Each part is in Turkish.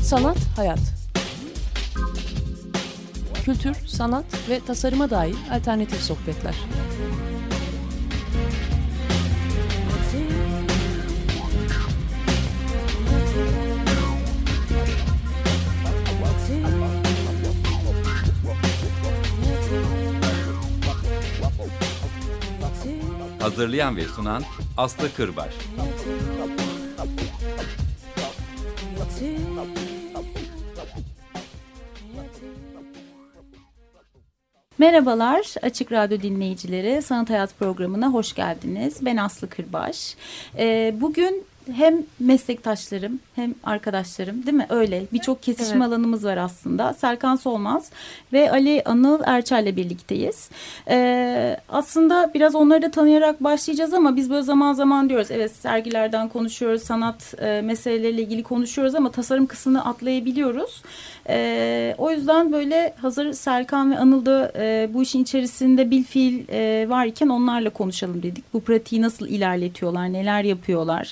Sanat, hayat. Kültür, sanat ve tasarıma dair alternatif sohbetler. Hazırlayan ve sunan Aslı Kırbaş. Merhabalar Açık Radyo dinleyicileri, Sanat Hayat programına hoş geldiniz. Ben Aslı Kırbaş. Bugün hem meslektaşlarım hem arkadaşlarım, değil mi? Öyle birçok kesişim alanımız var aslında. Serkan Solmaz ve Ali Anıl Erçel'le birlikteyiz. Aslında biraz onları da tanıyarak başlayacağız ama biz böyle zaman zaman diyoruz. Evet, sergilerden konuşuyoruz, sanat meseleleriyle ilgili konuşuyoruz ama tasarım kısmını atlayabiliyoruz. O yüzden böyle hazır Serkan ve Anıl da bu işin içerisinde bilfiil varken onlarla konuşalım dedik. Bu pratiği nasıl ilerletiyorlar, neler yapıyorlar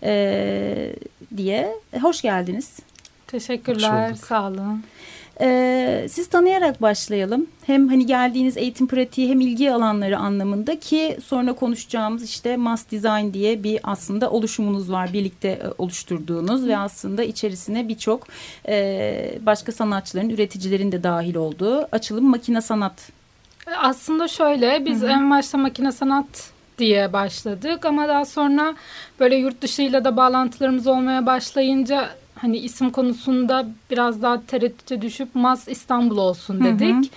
diye. Hoş geldiniz. Teşekkürler, sağ olun. Siz tanıyarak başlayalım. Hem hani geldiğiniz eğitim pratiği hem ilgi alanları anlamında ki sonra konuşacağımız işte Mass Design diye bir aslında oluşumunuz var. Birlikte oluşturduğunuz ve aslında içerisine birçok başka sanatçıların, üreticilerin de dahil olduğu açılım Makine Sanat. Aslında şöyle, biz en başta Makine Sanat diye başladık ama daha sonra böyle yurt dışıyla da bağlantılarımız olmaya başlayınca hani isim konusunda biraz daha tereddüte düşüp Mass İstanbul olsun dedik.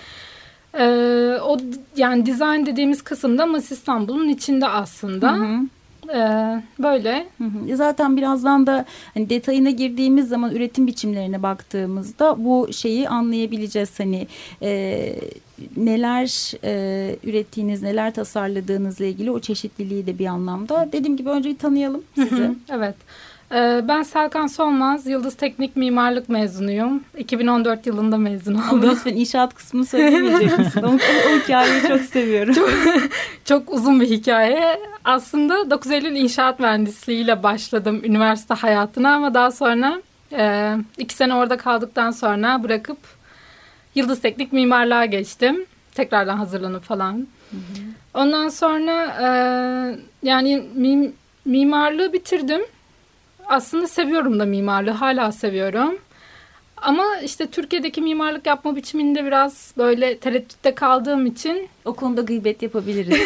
O yani design dediğimiz kısımda Mass İstanbul'un içinde aslında. Böyle. Zaten birazdan da hani detayına girdiğimiz zaman üretim biçimlerine baktığımızda bu şeyi anlayabileceğiz. Hani neler ürettiğiniz, neler tasarladığınızla ilgili o çeşitliliği de bir anlamda. Dediğim gibi önce bir tanıyalım sizi. Evet. Ben Serkan Solmaz, Yıldız Teknik Mimarlık mezunuyum. 2014 yılında mezun oldum. Ama lütfen inşaat kısmını söylemeyecek misin? O hikayeyi çok seviyorum. Çok uzun bir hikaye. Aslında 9 Eylül İnşaat Mühendisliğiyle başladım üniversite hayatına ama daha sonra 2 sene orada kaldıktan sonra bırakıp Yıldız Teknik Mimarlığa geçtim. Tekrardan hazırlanıp falan. Ondan sonra yani mimarlığı bitirdim. Aslında seviyorum da mimarlığı, hala seviyorum. Ama işte Türkiye'deki mimarlık yapma biçiminde biraz böyle tereddütte kaldığım için. O konuda gıybet yapabiliriz.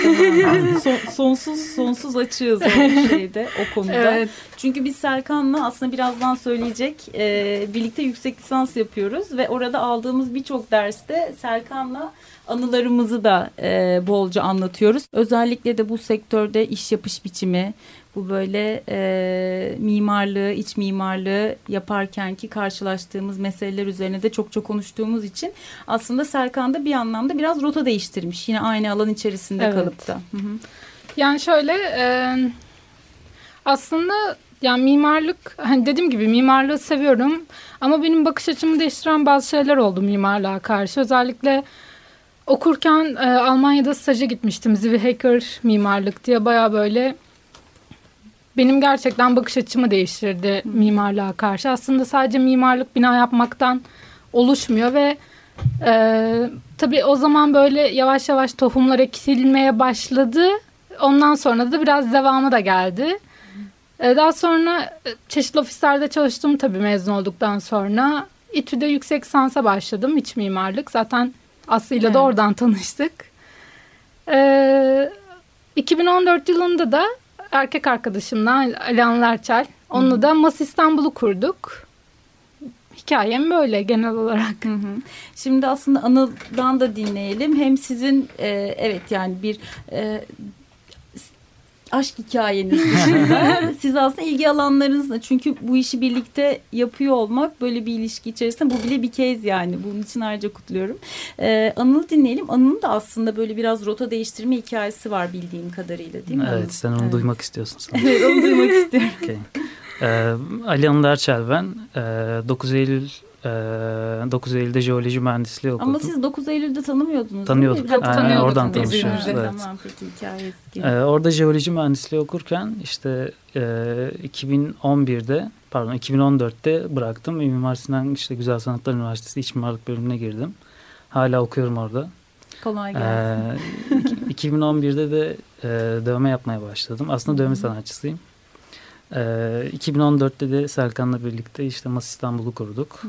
Sonsuz açığız o şeyde, o konuda. Evet. Çünkü biz Serkan'la aslında birazdan söyleyecek birlikte yüksek lisans yapıyoruz ve orada aldığımız birçok derste Serkan'la anılarımızı da bolca anlatıyoruz. Özellikle de bu sektörde iş yapış biçimi, bu böyle mimarlığı, iç mimarlığı yaparkenki karşılaştığımız meseleler üzerine de çok konuştuğumuz için aslında Serkan da bir anlamda biraz rota değiştirmiş. Yine aynı alan içerisinde kalıp da. Yani şöyle aslında yani mimarlık, hani dediğim gibi mimarlığı seviyorum ama benim bakış açımı değiştiren bazı şeyler oldu mimarlığa karşı. Özellikle okurken Almanya'da staja gitmiştim. Zivil-Hacker mimarlık diye, bayağı böyle benim gerçekten bakış açımı değiştirdi mimarlığa karşı. Aslında sadece mimarlık bina yapmaktan oluşmuyor ve tabii o zaman böyle yavaş yavaş tohumlar ekilmeye başladı. Ondan sonra da biraz devamı da geldi. Daha sonra çeşitli ofislerde çalıştım tabii mezun olduktan sonra. İTÜ'de yüksek lisansa başladım, iç mimarlık. Zaten Aslı'yla da oradan tanıştık. 2014 yılında da erkek arkadaşımla Ali Anıl Erçel, onunla da Mass İstanbul'u kurduk. Hikayem böyle genel olarak. Şimdi aslında Anıl'dan da dinleyelim. Hem sizin evet yani bir aşk hikayeniz dışında siz aslında ilgi alanlarınızla, çünkü bu işi birlikte yapıyor olmak, böyle bir ilişki içerisinde bu bile bir kez yani. Bunun için ayrıca kutluyorum. Anıl'ı dinleyelim. Anıl'ın da aslında böyle biraz rota değiştirme hikayesi var bildiğim kadarıyla, değil mi? Evet, sen onu duymak istiyorsun sanırım. Evet, onu duymak istiyorum. Okay. Ali Anıl Erçel ben. 9 Eylül'de jeoloji mühendisliği okudum. Ama siz 9 Eylül'de tanımıyordunuz. Tanıyorduk. Tanıyorduk. Oradan tanışıyoruz. Evet. Tamam, peki, hikayesi. Orada jeoloji mühendisliği okurken işte 2011'de 2014'te bıraktım. Mimar Sinan işte Güzel Sanatlar Üniversitesi İç Mimarlık bölümüne girdim. Hala okuyorum orada. Kolay gelsin. 2011'de de dövme yapmaya başladım. Aslında dövme sanatçısıyım. 2014'te de Serkan'la birlikte işte Mas İstanbul'u kurduk.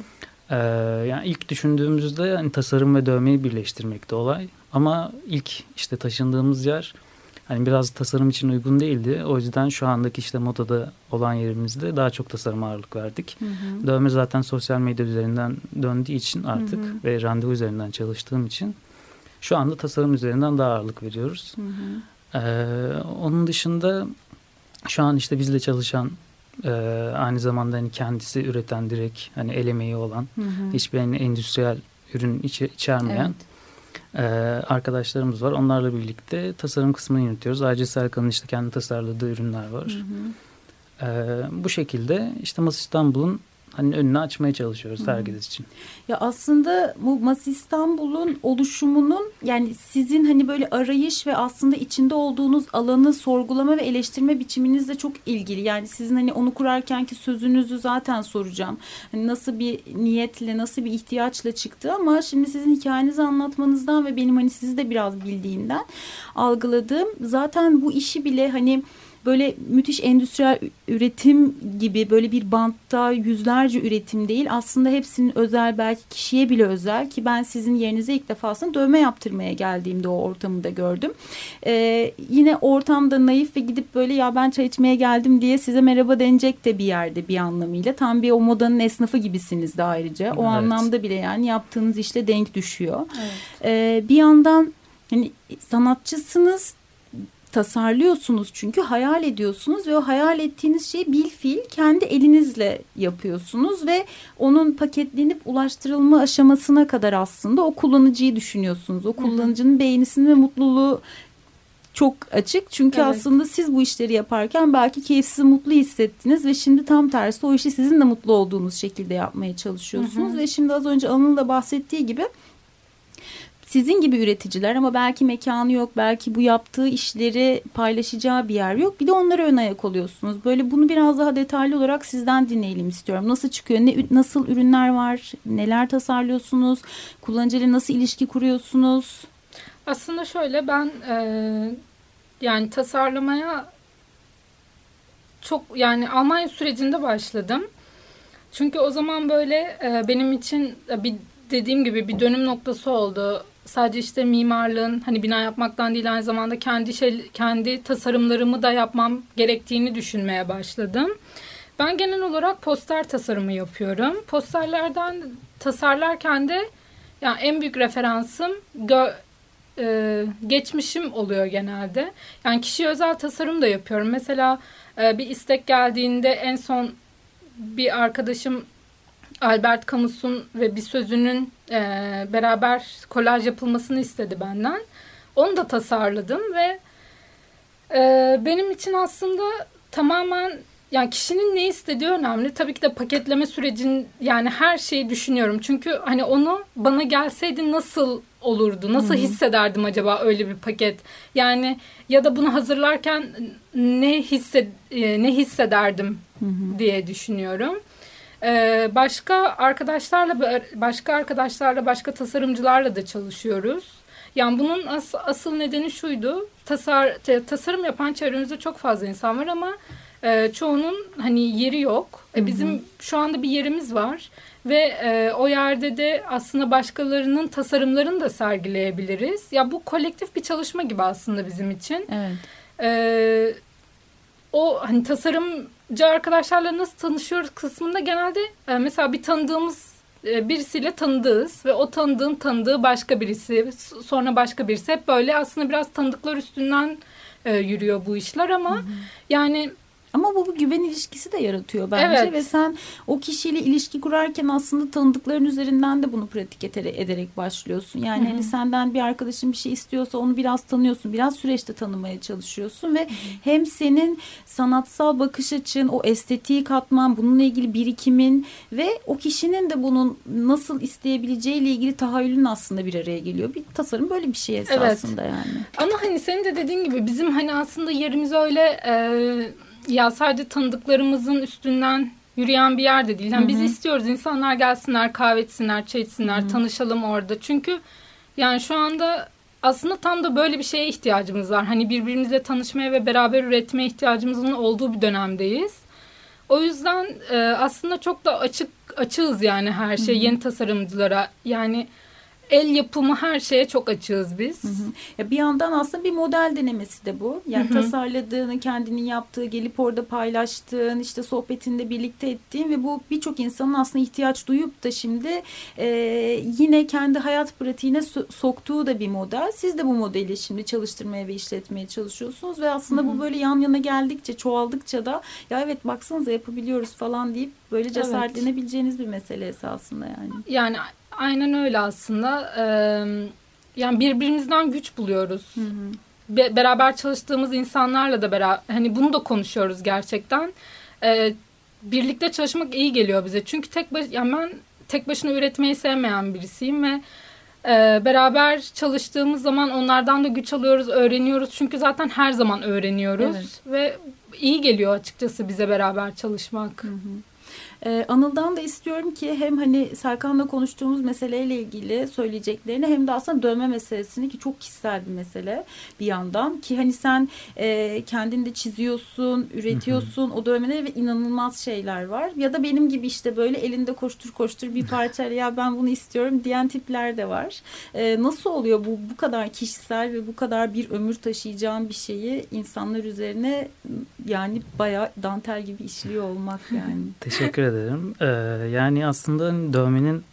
Yani ilk düşündüğümüzde yani tasarım ve dövmeyi birleştirmekte olay. Ama ilk işte taşındığımız yer hani biraz tasarım için uygun değildi. O yüzden şu andaki işte modada olan yerimizde daha çok tasarıma ağırlık verdik. Dövme zaten sosyal medya üzerinden döndüğü için artık ve randevu üzerinden çalıştığım için şu anda tasarım üzerinden daha ağırlık veriyoruz. Onun dışında şu an işte bizle çalışan aynı zamanda hani kendisi üreten direkt hani el emeği olan hiçbir hani endüstriyel ürün içermeyen arkadaşlarımız var. Onlarla birlikte tasarım kısmını yönetiyoruz. Ayrıca Serkan'ın işte kendi tasarladığı ürünler var. Bu şekilde işte Mas İstanbul'un hani önünü açmaya çalışıyoruz herkes için. Ya aslında bu Mas İstanbul'un oluşumunun yani sizin hani böyle arayış ve aslında içinde olduğunuz alanı sorgulama ve eleştirme biçiminizle çok ilgili. Yani sizin hani onu kurarkenki sözünüzü zaten soracağım. Hani nasıl bir niyetle, nasıl bir ihtiyaçla çıktı ama şimdi sizin hikayenizi anlatmanızdan ve benim hani sizi de biraz bildiğimden algıladığım zaten bu işi bile hani böyle müthiş endüstriyel üretim gibi böyle bir bantta yüzlerce üretim değil. Aslında hepsinin özel, belki kişiye bile özel ki ben sizin yerinize ilk defa aslında dövme yaptırmaya geldiğimde o ortamı da gördüm. Yine ortamda naif ve gidip böyle ya ben çay içmeye geldim diye size merhaba denecek de bir yerde bir anlamıyla. Tam bir o modanın esnafı gibisiniz de ayrıca. O anlamda bile yani yaptığınız işle denk düşüyor. Bir yandan hani sanatçısınız, tasarlıyorsunuz çünkü hayal ediyorsunuz ve o hayal ettiğiniz şeyi bilfiil kendi elinizle yapıyorsunuz ve onun paketlenip ulaştırılma aşamasına kadar aslında o kullanıcıyı düşünüyorsunuz. O kullanıcının beğenisini ve mutluluğu çok açık. Çünkü aslında siz bu işleri yaparken belki keyifsiz, mutlu hissettiniz ve şimdi tam tersi o işi sizin de mutlu olduğunuz şekilde yapmaya çalışıyorsunuz. Ve şimdi az önce Anıl'ın da bahsettiği gibi sizin gibi üreticiler ama belki mekanı yok, belki bu yaptığı işleri paylaşacağı bir yer yok. Bir de onlara ön ayak oluyorsunuz. Böyle bunu biraz daha detaylı olarak sizden dinleyelim istiyorum. Nasıl çıkıyor, nasıl ürünler var, neler tasarlıyorsunuz, kullanıcıyla nasıl ilişki kuruyorsunuz? Aslında şöyle ben yani tasarlamaya çok yani Almanya sürecinde başladım. Çünkü o zaman böyle benim için dediğim gibi bir dönüm noktası oldu. Sadece işte mimarlığın hani bina yapmaktan değil aynı zamanda kendi tasarımlarımı da yapmam gerektiğini düşünmeye başladım. Ben genel olarak poster tasarımı yapıyorum. Posterlerden tasarlarken de yani en büyük referansım geçmişim oluyor genelde. Yani kişiye özel tasarım da yapıyorum. Mesela bir istek geldiğinde en son bir arkadaşım Albert Camus'un ve bir sözünün beraber kolaj yapılmasını istedi benden. Onu da tasarladım ve benim için aslında tamamen yani kişinin ne istediği önemli. Tabii ki de paketleme sürecin yani her şeyi düşünüyorum. Çünkü hani onu bana gelseydi nasıl olurdu? Nasıl hissederdim acaba öyle bir paket? Yani ya da bunu hazırlarken ne hissederdim diye düşünüyorum. Başka arkadaşlarla, başka tasarımcılarla da çalışıyoruz. Yani bunun asıl nedeni şuydu. Tasarım yapan çevremizde çok fazla insan var ama çoğunun hani yeri yok. Bizim şu anda bir yerimiz var ve o yerde de aslında başkalarının tasarımlarını da sergileyebiliriz. Ya bu kolektif bir çalışma gibi aslında bizim için. Evet. O hani tasarımcı arkadaşlarla nasıl tanışıyoruz kısmında genelde mesela bir tanıdığımız birisiyle tanıdığız ve o tanıdığın tanıdığı başka birisi, sonra başka birisi, hep böyle aslında biraz tanıdıklar üstünden yürüyor bu işler ama yani ama bu güven ilişkisi de yaratıyor bence ve sen o kişiyle ilişki kurarken aslında tanıdıkların üzerinden de bunu pratik ederek başlıyorsun. Yani hani senden bir arkadaşın bir şey istiyorsa onu biraz tanıyorsun, biraz süreçte tanımaya çalışıyorsun ve hem senin sanatsal bakış açın, o estetiği katman, bununla ilgili birikimin ve o kişinin de bunun nasıl isteyebileceğiyle ilgili tahayyülün aslında bir araya geliyor. Bir tasarım böyle bir şey esasında yani. Ama hani senin de dediğin gibi bizim hani aslında yerimiz öyle ya sadece tanıdıklarımızın üstünden yürüyen bir yer de değil. Yani biz istiyoruz insanlar gelsinler, kahve içsinler, çay içsinler, tanışalım orada. Çünkü yani şu anda aslında tam da böyle bir şeye ihtiyacımız var. Hani birbirimizle tanışmaya ve beraber üretmeye ihtiyacımızın olduğu bir dönemdeyiz. O yüzden aslında çok da açığız yani her şey, yeni tasarımcılara. Yani el yapımı her şeye çok açığız biz. Ya bir yandan aslında bir model denemesi de bu. Yani tasarladığını, kendinin yaptığı, gelip orada paylaştığın, işte sohbetinde birlikte ettiğin ve bu birçok insanın aslında ihtiyaç duyup da şimdi yine kendi hayat pratiğine soktuğu da bir model. Siz de bu modeli şimdi çalıştırmaya ve işletmeye çalışıyorsunuz ve aslında bu böyle yan yana geldikçe, çoğaldıkça da ya evet baksanıza yapabiliyoruz falan deyip böyle cesaretlenebileceğiniz bir mesele esasında yani. Yani aynen öyle aslında. Yani birbirimizden güç buluyoruz. Beraber çalıştığımız insanlarla da beraber hani bunu da konuşuyoruz gerçekten. Birlikte çalışmak iyi geliyor bize. Çünkü yani ben tek başına üretmeyi sevmeyen birisiyim ve beraber çalıştığımız zaman onlardan da güç alıyoruz, öğreniyoruz. Çünkü zaten her zaman öğreniyoruz ve iyi geliyor açıkçası bize beraber çalışmak. Anıl'dan da istiyorum ki hem hani Serkan'la konuştuğumuz meseleyle ilgili söyleyeceklerini hem de aslında dövme meselesini ki çok kişisel bir mesele bir yandan ki hani sen kendin de çiziyorsun, üretiyorsun o dövmeleri ve inanılmaz şeyler var. Ya da benim gibi işte böyle elinde koştur bir parça ya ben bunu istiyorum diyen tipler de var. Nasıl oluyor bu kadar kişisel ve bu kadar bir ömür taşıyacağın bir şeyi insanlar üzerine yani bayağı dantel gibi işliyor olmak yani. Teşekkür ederim. Yani aslında dövmenin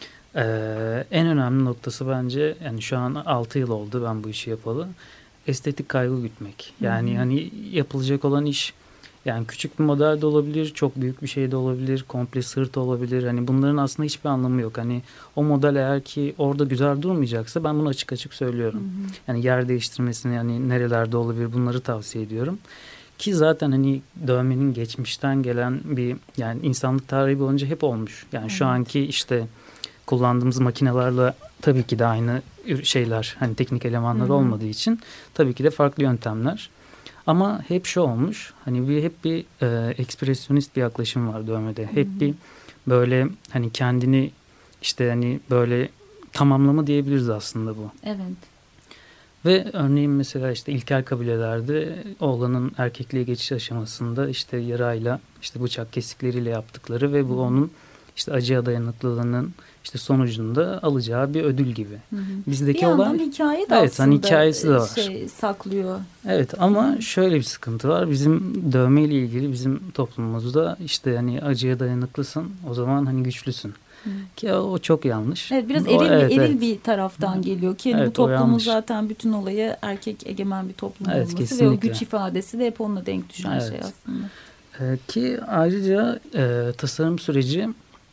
en önemli noktası bence yani şu an 6 yıl oldu ben bu işi yapalı. Estetik kaygı gütmek. Yani hani yapılacak olan iş yani küçük bir model de olabilir, çok büyük bir şey de olabilir, komple sırt olabilir. Hani bunların aslında hiçbir anlamı yok. Hani o model eğer ki orada güzel durmayacaksa ben bunu açık açık söylüyorum. Yani yer değiştirmesini yani nerelerde olabilir bunları tavsiye ediyorum. Ki zaten hani dövmenin geçmişten gelen bir yani insanlık tarihi boyunca hep olmuş. Yani şu anki işte kullandığımız makinelerle tabii ki de aynı şeyler hani teknik elemanlar olmadığı için tabii ki de farklı yöntemler. Ama hep şu olmuş hani hep bir ekspresyonist bir yaklaşım var dövmede. Hep bir böyle hani kendini işte hani böyle tamamlama diyebiliriz aslında bu. Evet. Ve örneğin mesela işte ilkel kabilelerde oğlanın erkekliğe geçiş aşamasında işte yarayla işte bıçak kesikleriyle yaptıkları ve bu onun işte acıya dayanıklılığının işte sonucunda alacağı bir ödül gibi. Bizdeki bir yandan olay hikaye de evet, aslında hani hikayesi de var. Saklıyor. Evet ama şöyle bir sıkıntı var. Bizim dövmeyle ilgili bizim toplumumuzda işte hani acıya dayanıklısın o zaman hani güçlüsün. Ki o çok yanlış. Evet, biraz eril bir taraftan geliyor ki yani bu toplumun zaten bütün olayı erkek egemen bir toplum olması kesinlikle. Ve o güç ifadesi de hep onunla denk düşen şey aslında. Ki ayrıca tasarım süreci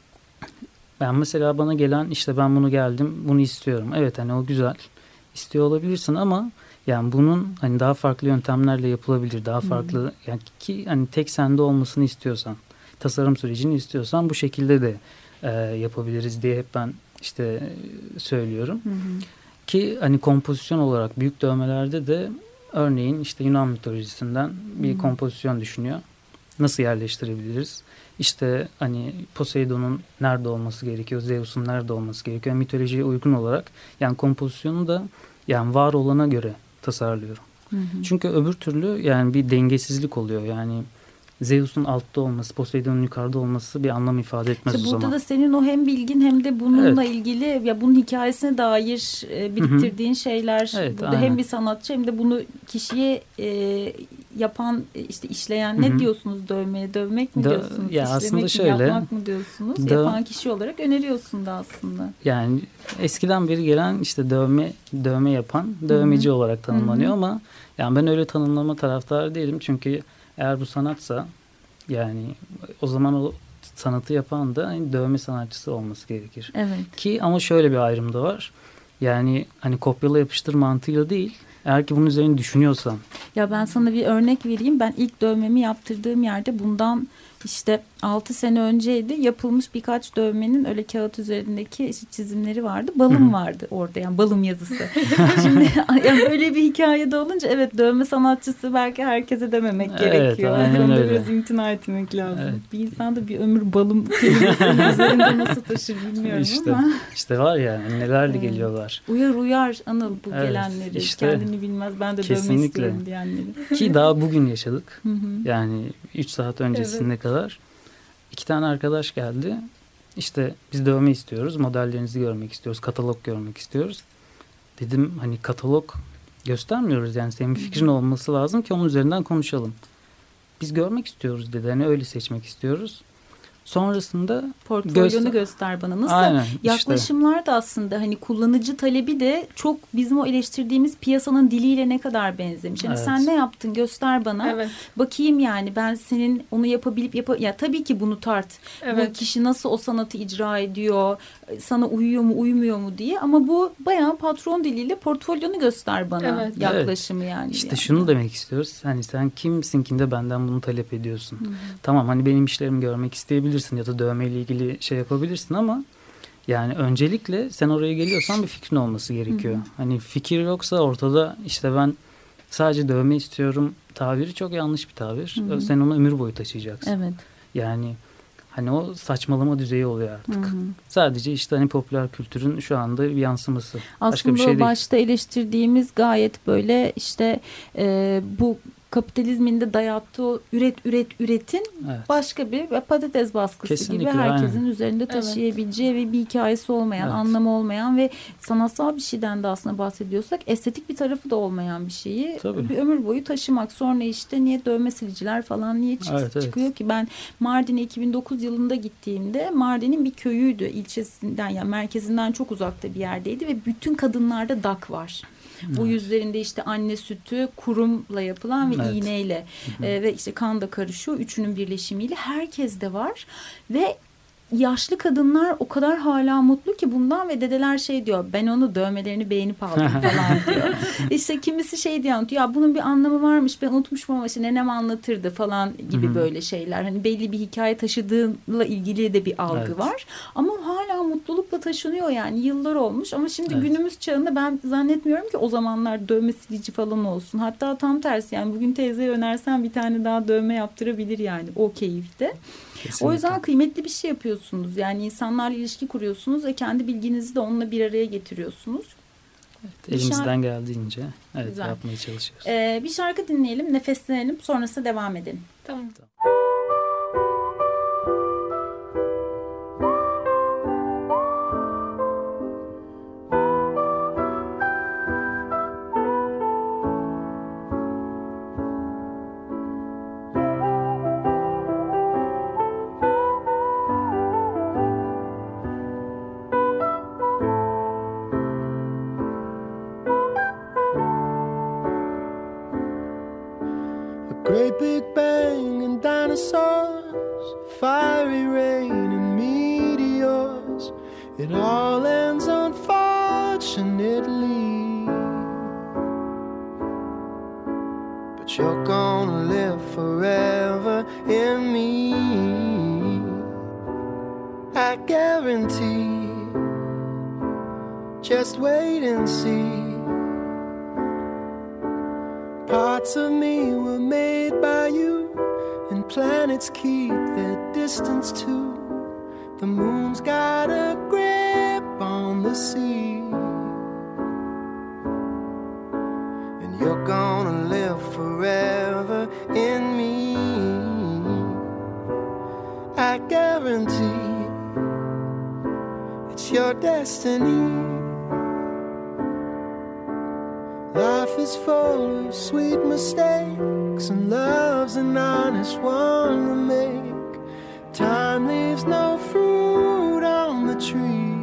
ben mesela bana gelen işte ben bunu geldim bunu istiyorum. Evet hani o güzel istiyor olabilirsin ama yani bunun hani daha farklı yöntemlerle yapılabilir. Daha farklı yani ki hani tek sende olmasını istiyorsan tasarım sürecini istiyorsan bu şekilde de yapabiliriz diye hep ben işte söylüyorum. Ki hani kompozisyon olarak büyük dövmelerde de örneğin işte Yunan mitolojisinden bir kompozisyon düşünüyor. Nasıl yerleştirebiliriz? İşte hani Poseidon'un nerede olması gerekiyor? Zeus'un nerede olması gerekiyor? Mitolojiye uygun olarak yani kompozisyonu da yani var olana göre tasarlıyorum. Çünkü öbür türlü yani bir dengesizlik oluyor. Yani Zeus'un altta olması, Poseidon'un yukarıda olması bir anlam ifade etmez işte o zaman. Burada da senin o hem bilgin hem de bununla ilgili ya bunun hikayesine dair biriktirdiğin şeyler. Evet, burada hem bir sanatçı hem de bunu kişiye yapan işte işleyen ne diyorsunuz dövmeye? Dövmek mi diyorsunuz? Ya aslında şöyle, yapmak mı diyorsunuz? Yapan kişi olarak öneriyorsun da aslında. Yani eskiden beri gelen işte dövme yapan dövmeci olarak tanımlanıyor ama yani ben öyle tanımlama taraftarı değilim. Çünkü eğer bu sanatsa yani o zaman o sanatı yapan da hani dövme sanatçısı olması gerekir. Evet. Ki ama şöyle bir ayrım da var. Yani hani kopyala yapıştır mantığıyla değil. eğer ki bunun üzerine düşünüyorsan. Ya ben sana bir örnek vereyim. Ben ilk dövmemi yaptırdığım yerde bundan işte 6 sene önceydi. Yapılmış birkaç dövmenin öyle kağıt üzerindeki işte çizimleri vardı. Balım vardı orada, yani balım yazısı. Şimdi yani böyle bir hikayede olunca evet, dövme sanatçısı belki herkese dememek gerekiyor. Aynen öyle. Biraz imtina etmek lazım. Evet. Bir insan da bir ömür balım kelimesinin üzerinde nasıl taşır bilmiyorum ama. İşte var ya, nelerle geliyorlar. Uyar Anıl bu Evet, gelenleri. işte, kendini bilmez, ben de dövme kesinlikle istiyorum diyenleri. Ki daha bugün yaşadık. Hı hı. Yani 3 saat öncesine kadar 2 tane arkadaş geldi. İşte biz dövme istiyoruz, modellerinizi görmek istiyoruz, katalog görmek istiyoruz. Dedim hani katalog göstermiyoruz, yani senin bir fikrin olması lazım ki onun üzerinden konuşalım. Biz görmek istiyoruz dedi, hani öyle seçmek istiyoruz. Sonrasında portfolyonu göster bana. Nasıl? Aynen, yaklaşımlar da aslında hani kullanıcı talebi de çok bizim o eleştirdiğimiz piyasanın diliyle ne kadar benzemiş. Yani sen ne yaptın göster bana. Evet. Bakayım yani ben senin onu yapabilip ya tabii ki bunu tart. Bu kişi nasıl o sanatı icra ediyor? Sana uyuyor mu, uymuyor mu diye, ama bu bayağı patron diliyle portfolyonu göster bana yaklaşımı yani. İşte şunu demek istiyoruz. Hani sen kimsin ki de benden bunu talep ediyorsun? Hı-hı. Tamam, hani benim işlerimi görmek isteyebilirsin ya da dövmeyle ilgili şey yapabilirsin ama yani öncelikle sen oraya geliyorsan bir fikrin olması gerekiyor. Hı-hı. Hani fikir yoksa ortada, işte ben sadece dövme istiyorum tabiri çok yanlış bir tabir. Hı-hı. Sen onu ömür boyu taşıyacaksın. Evet. Yani hani o saçmalama düzeyi oluyor artık. Hı hı. Sadece işte hani popüler kültürün şu anda bir yansıması. Aslında başka bir şey değil. Başta eleştirdiğimiz gayet böyle işte bu kapitalizmin de dayattığı o üretin başka bir patates baskısı kesinlikle, gibi herkesin üzerinde taşıyabileceği ve bir hikayesi olmayan, anlamı olmayan ve sanatsal bir şeyden de aslında bahsediyorsak estetik bir tarafı da olmayan bir şeyi bir ömür boyu taşımak. Sonra işte niye dövme siliciler falan niye çıkıyor ki? Ben Mardin'e 2009 yılında gittiğimde Mardin'in bir köyüydü. İlçesinden, yani merkezinden çok uzakta bir yerdeydi ve bütün kadınlarda dak var. Bu yüzlerinde işte anne sütü, kurumla yapılan ve iğneyle ve işte kan da karışıyor. Üçünün birleşimiyle herkeste var ve yaşlı kadınlar o kadar hala mutlu ki bundan ve dedeler şey diyor, ben onu dövmelerini beğenip aldım falan diyor. İşte kimisi şey diyor ya bunun bir anlamı varmış, ben unutmuşum ama işte nenem anlatırdı falan gibi böyle şeyler. Hani belli bir hikaye taşıdığıyla ilgili de bir algı var. Ama hala mutlulukla taşınıyor yani, yıllar olmuş ama şimdi günümüz çağında ben zannetmiyorum ki o zamanlar dövme silici falan olsun. Hatta tam tersi, yani bugün teyzeye önersen bir tane daha dövme yaptırabilir yani o keyifte. Kesinlikle. O yüzden kıymetli bir şey yapıyorsunuz. Yani insanlarla ilişki kuruyorsunuz ve kendi bilginizi de onunla bir araya getiriyorsunuz. Evet, elimizden geldiğince yapmaya çalışıyoruz. Bir şarkı dinleyelim, nefeslenelim, sonrasında devam edelim. Tamam. Great big bang and dinosaurs, fiery rain and meteors. It all ends unfortunately, but you're gonna live forever in me, I guarantee. Just wait and see. Parts of me were made by you, and planets keep their distance too. The moon's got a grip on the sea, and you're gonna live forever in me, I guarantee. It's your destiny. Life is full of sweet mistakes, and love's an honest one to make. Time leaves no fruit on the tree,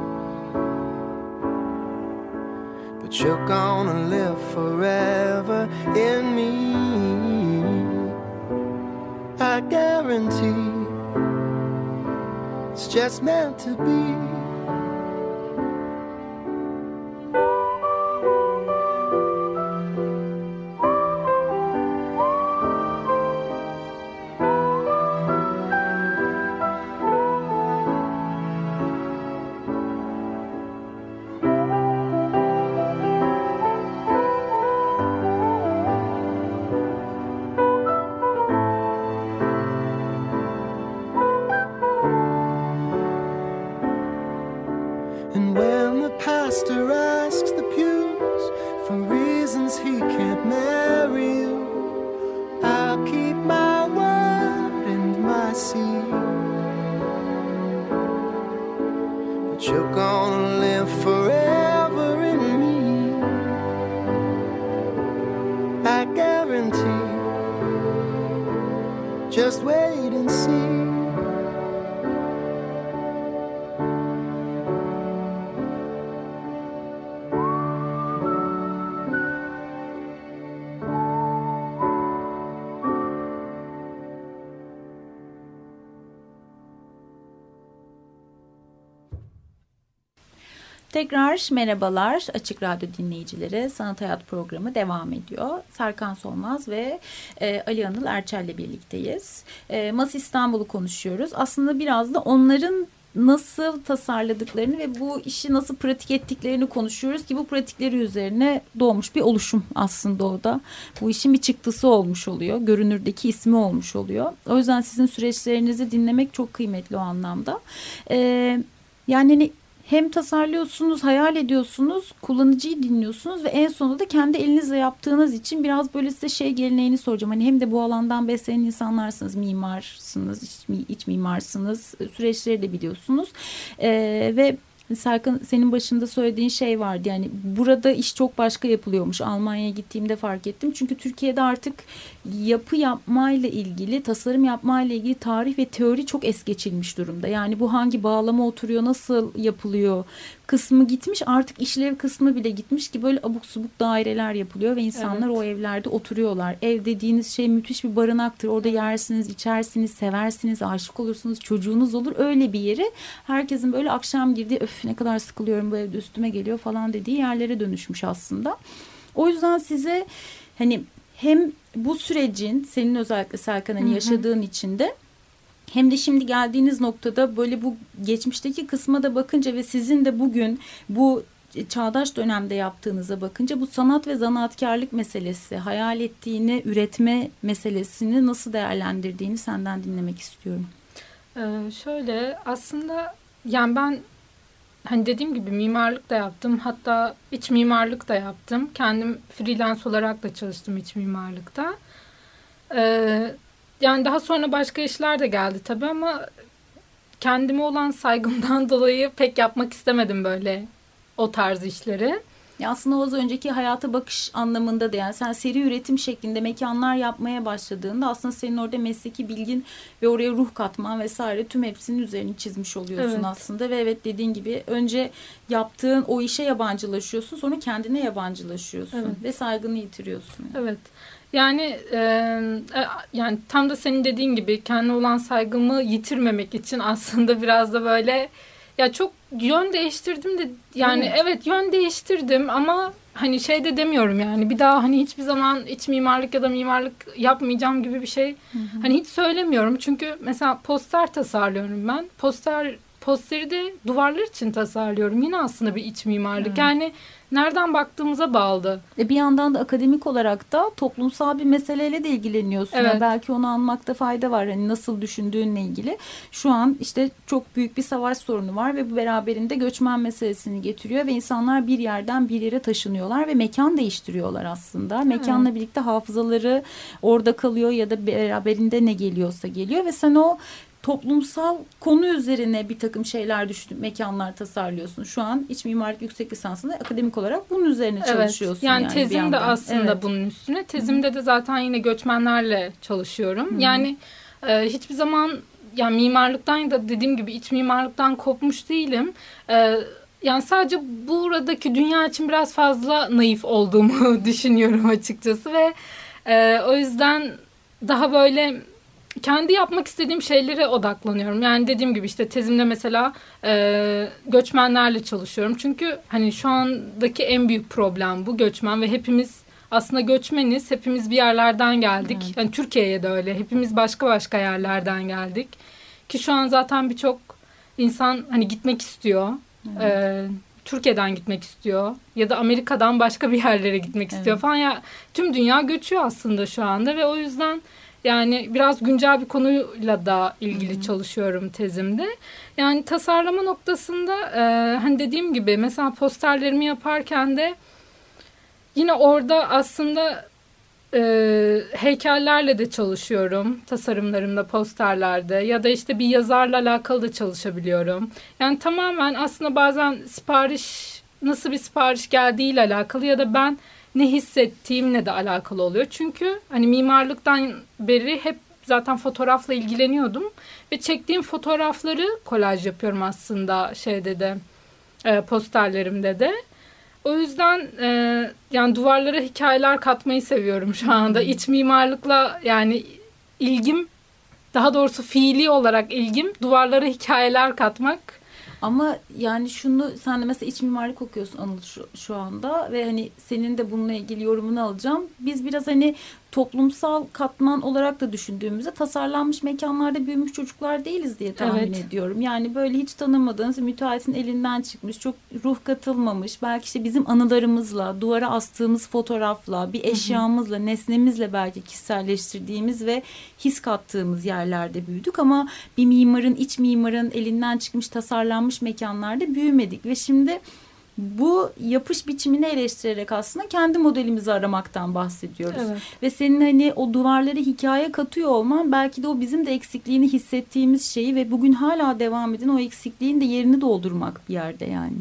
but you're gonna live forever in me, I guarantee. It's just meant to be. pastor asks the pews for reasons he can't marry you. I'll keep my word and my seed, but you're gonna live forever in me, I guarantee. Just wait and see. Tekrar merhabalar Açık Radyo dinleyicileri. Sanat Hayat programı devam ediyor. Serkan Solmaz ve Ali Anıl Erçel'le birlikteyiz. Mas İstanbul'u konuşuyoruz. Aslında biraz da onların nasıl tasarladıklarını ve bu işi nasıl pratik ettiklerini konuşuyoruz ki bu pratikleri üzerine doğmuş bir oluşum aslında o da. Bu işin bir çıktısı olmuş oluyor. Görünürdeki ismi olmuş oluyor. O yüzden sizin süreçlerinizi dinlemek çok kıymetli o anlamda. Yani hem tasarlıyorsunuz, hayal ediyorsunuz, kullanıcıyı dinliyorsunuz ve en sonunda da kendi elinizle yaptığınız için biraz böyle size geleneğini soracağım. Hani hem de bu alandan beslenen insanlarsınız, mimarsınız, iç mimarsınız, süreçleri de biliyorsunuz. Ve Serkan senin başında söylediğin şey vardı. Yani burada iş çok başka yapılıyormuş. Almanya'ya gittiğimde fark ettim. Çünkü Türkiye'de artık yapı yapmayla ilgili, tasarım yapmayla ilgili tarih ve teori çok es geçilmiş durumda. Yani bu hangi bağlama oturuyor, nasıl yapılıyor kısmı gitmiş. Artık işlev kısmı bile gitmiş ki böyle abuk subuk daireler yapılıyor ve insanlar o evlerde oturuyorlar. Ev dediğiniz şey müthiş bir barınaktır. Orada yersiniz, içersiniz, seversiniz, aşık olursunuz, çocuğunuz olur. Öyle bir yeri herkesin böyle akşam girdiği ne kadar sıkılıyorum bu evde üstüme geliyor falan dediği yerlere dönüşmüş aslında. O yüzden size hani hem bu sürecin senin özellikle Serkan hani yaşadığın içinde hem de şimdi geldiğiniz noktada böyle bu geçmişteki kısma da bakınca ve sizin de bugün bu çağdaş dönemde yaptığınıza bakınca bu sanat ve zanaatkarlık meselesi, hayal ettiğini üretme meselesini nasıl değerlendirdiğini senden dinlemek istiyorum. Şöyle aslında yani ben hani dediğim gibi mimarlık da yaptım. Hatta iç mimarlık da yaptım. Kendim freelance olarak da çalıştım iç mimarlıkta. Yani daha sonra başka işler de geldi tabii ama kendime olan saygımdan dolayı pek yapmak istemedim böyle o tarz işleri. Ya aslında az önceki hayata bakış anlamında da yani sen seri üretim şeklinde mekanlar yapmaya başladığında aslında senin orada mesleki bilgin ve oraya ruh katman vesaire tüm hepsinin üzerini çizmiş oluyorsun aslında. Ve evet dediğin gibi önce yaptığın o işe yabancılaşıyorsun, sonra kendine yabancılaşıyorsun ve saygını yitiriyorsun. Evet. Yani yani tam da senin dediğin gibi kendine olan saygımı yitirmemek için aslında biraz da böyle ya çok yön değiştirdim de yani evet yön değiştirdim ama hani şey de demiyorum yani bir daha hani hiçbir zaman iç mimarlık ya da mimarlık yapmayacağım gibi bir şey hani hiç söylemiyorum. Çünkü mesela poster tasarlıyorum ben. Posteri de duvarlar için tasarlıyorum. Yine aslında bir iç mimarlık. Yani nereden baktığımıza bağlı. Bir yandan da akademik olarak da toplumsal bir meseleyle de ilgileniyorsun. Evet. Belki onu anmakta fayda var. Hani nasıl düşündüğünle ilgili. Şu an işte çok büyük bir savaş sorunu var ve bu beraberinde göçmen meselesini getiriyor ve insanlar bir yerden bir yere taşınıyorlar ve mekan değiştiriyorlar aslında. Mekanla birlikte hafızaları orada kalıyor ya da beraberinde ne geliyorsa geliyor ve sen o toplumsal konu üzerine bir takım şeyler mekanlar tasarlıyorsun. Şu an iç mimarlık yüksek lisansında akademik olarak bunun üzerine çalışıyorsun. Yani tezim de aslında bunun üstüne. Tezimde de zaten yine göçmenlerle çalışıyorum. Yani hiçbir zaman yani mimarlıktan ya da dediğim gibi iç mimarlıktan kopmuş değilim. Yani sadece buradaki dünya için biraz fazla naif olduğumu düşünüyorum açıkçası ve o yüzden daha böyle kendi yapmak istediğim şeylere odaklanıyorum. Yani dediğim gibi işte tezimde mesela göçmenlerle çalışıyorum. Çünkü hani şu andaki en büyük problem bu göçmen ve hepimiz aslında göçmeniz. Hepimiz bir yerlerden geldik. Evet. Yani Türkiye'ye de öyle. Hepimiz başka yerlerden geldik. Ki şu an zaten birçok insan hani gitmek istiyor. Evet. Türkiye'den gitmek istiyor. Ya da Amerika'dan başka bir yerlere gitmek istiyor falan. Ya, tüm dünya göçüyor aslında şu anda ve o yüzden Yani biraz güncel bir konuyla da ilgili çalışıyorum tezimde. Yani tasarlama noktasında hani dediğim gibi mesela posterlerimi yaparken de yine orada aslında heykellerle de çalışıyorum. Tasarımlarımda, posterlerde ya da işte bir yazarla alakalı da çalışabiliyorum. Yani tamamen aslında bazen nasıl bir sipariş geldiğiyle alakalı ya da ben ne hissettiğimle de alakalı oluyor. Çünkü hani mimarlıktan beri hep zaten fotoğrafla ilgileniyordum ve çektiğim fotoğrafları kolaj yapıyorum aslında posterlerimde de. O yüzden yani duvarlara hikayeler katmayı seviyorum şu anda. İç mimarlıkla yani ilgim, daha doğrusu fiili olarak ilgim duvarlara hikayeler katmak. Ama yani şunu, sen de mesela iç mimarlık okuyorsun Anıl şu anda ve hani senin de bununla ilgili yorumunu alacağım. Biz biraz hani toplumsal katman olarak da düşündüğümüzde tasarlanmış mekanlarda büyümüş çocuklar değiliz diye tahmin ediyorum. Yani böyle hiç tanımadığınız müteahhitin elinden çıkmış, çok ruh katılmamış, belki işte bizim anılarımızla, duvara astığımız fotoğrafla, bir eşyamızla, nesnemizle belki kişiselleştirdiğimiz ve his kattığımız yerlerde büyüdük ama bir mimarın, iç mimarın elinden çıkmış tasarlanmış mekanlarda büyümedik ve şimdi bu yapış biçimini eleştirerek aslında kendi modelimizi aramaktan bahsediyoruz. Evet. Ve senin hani o duvarlara hikaye katıyor olman belki de o bizim de eksikliğini hissettiğimiz şeyi ve bugün hala devam eden o eksikliğin de yerini doldurmak bir yerde yani.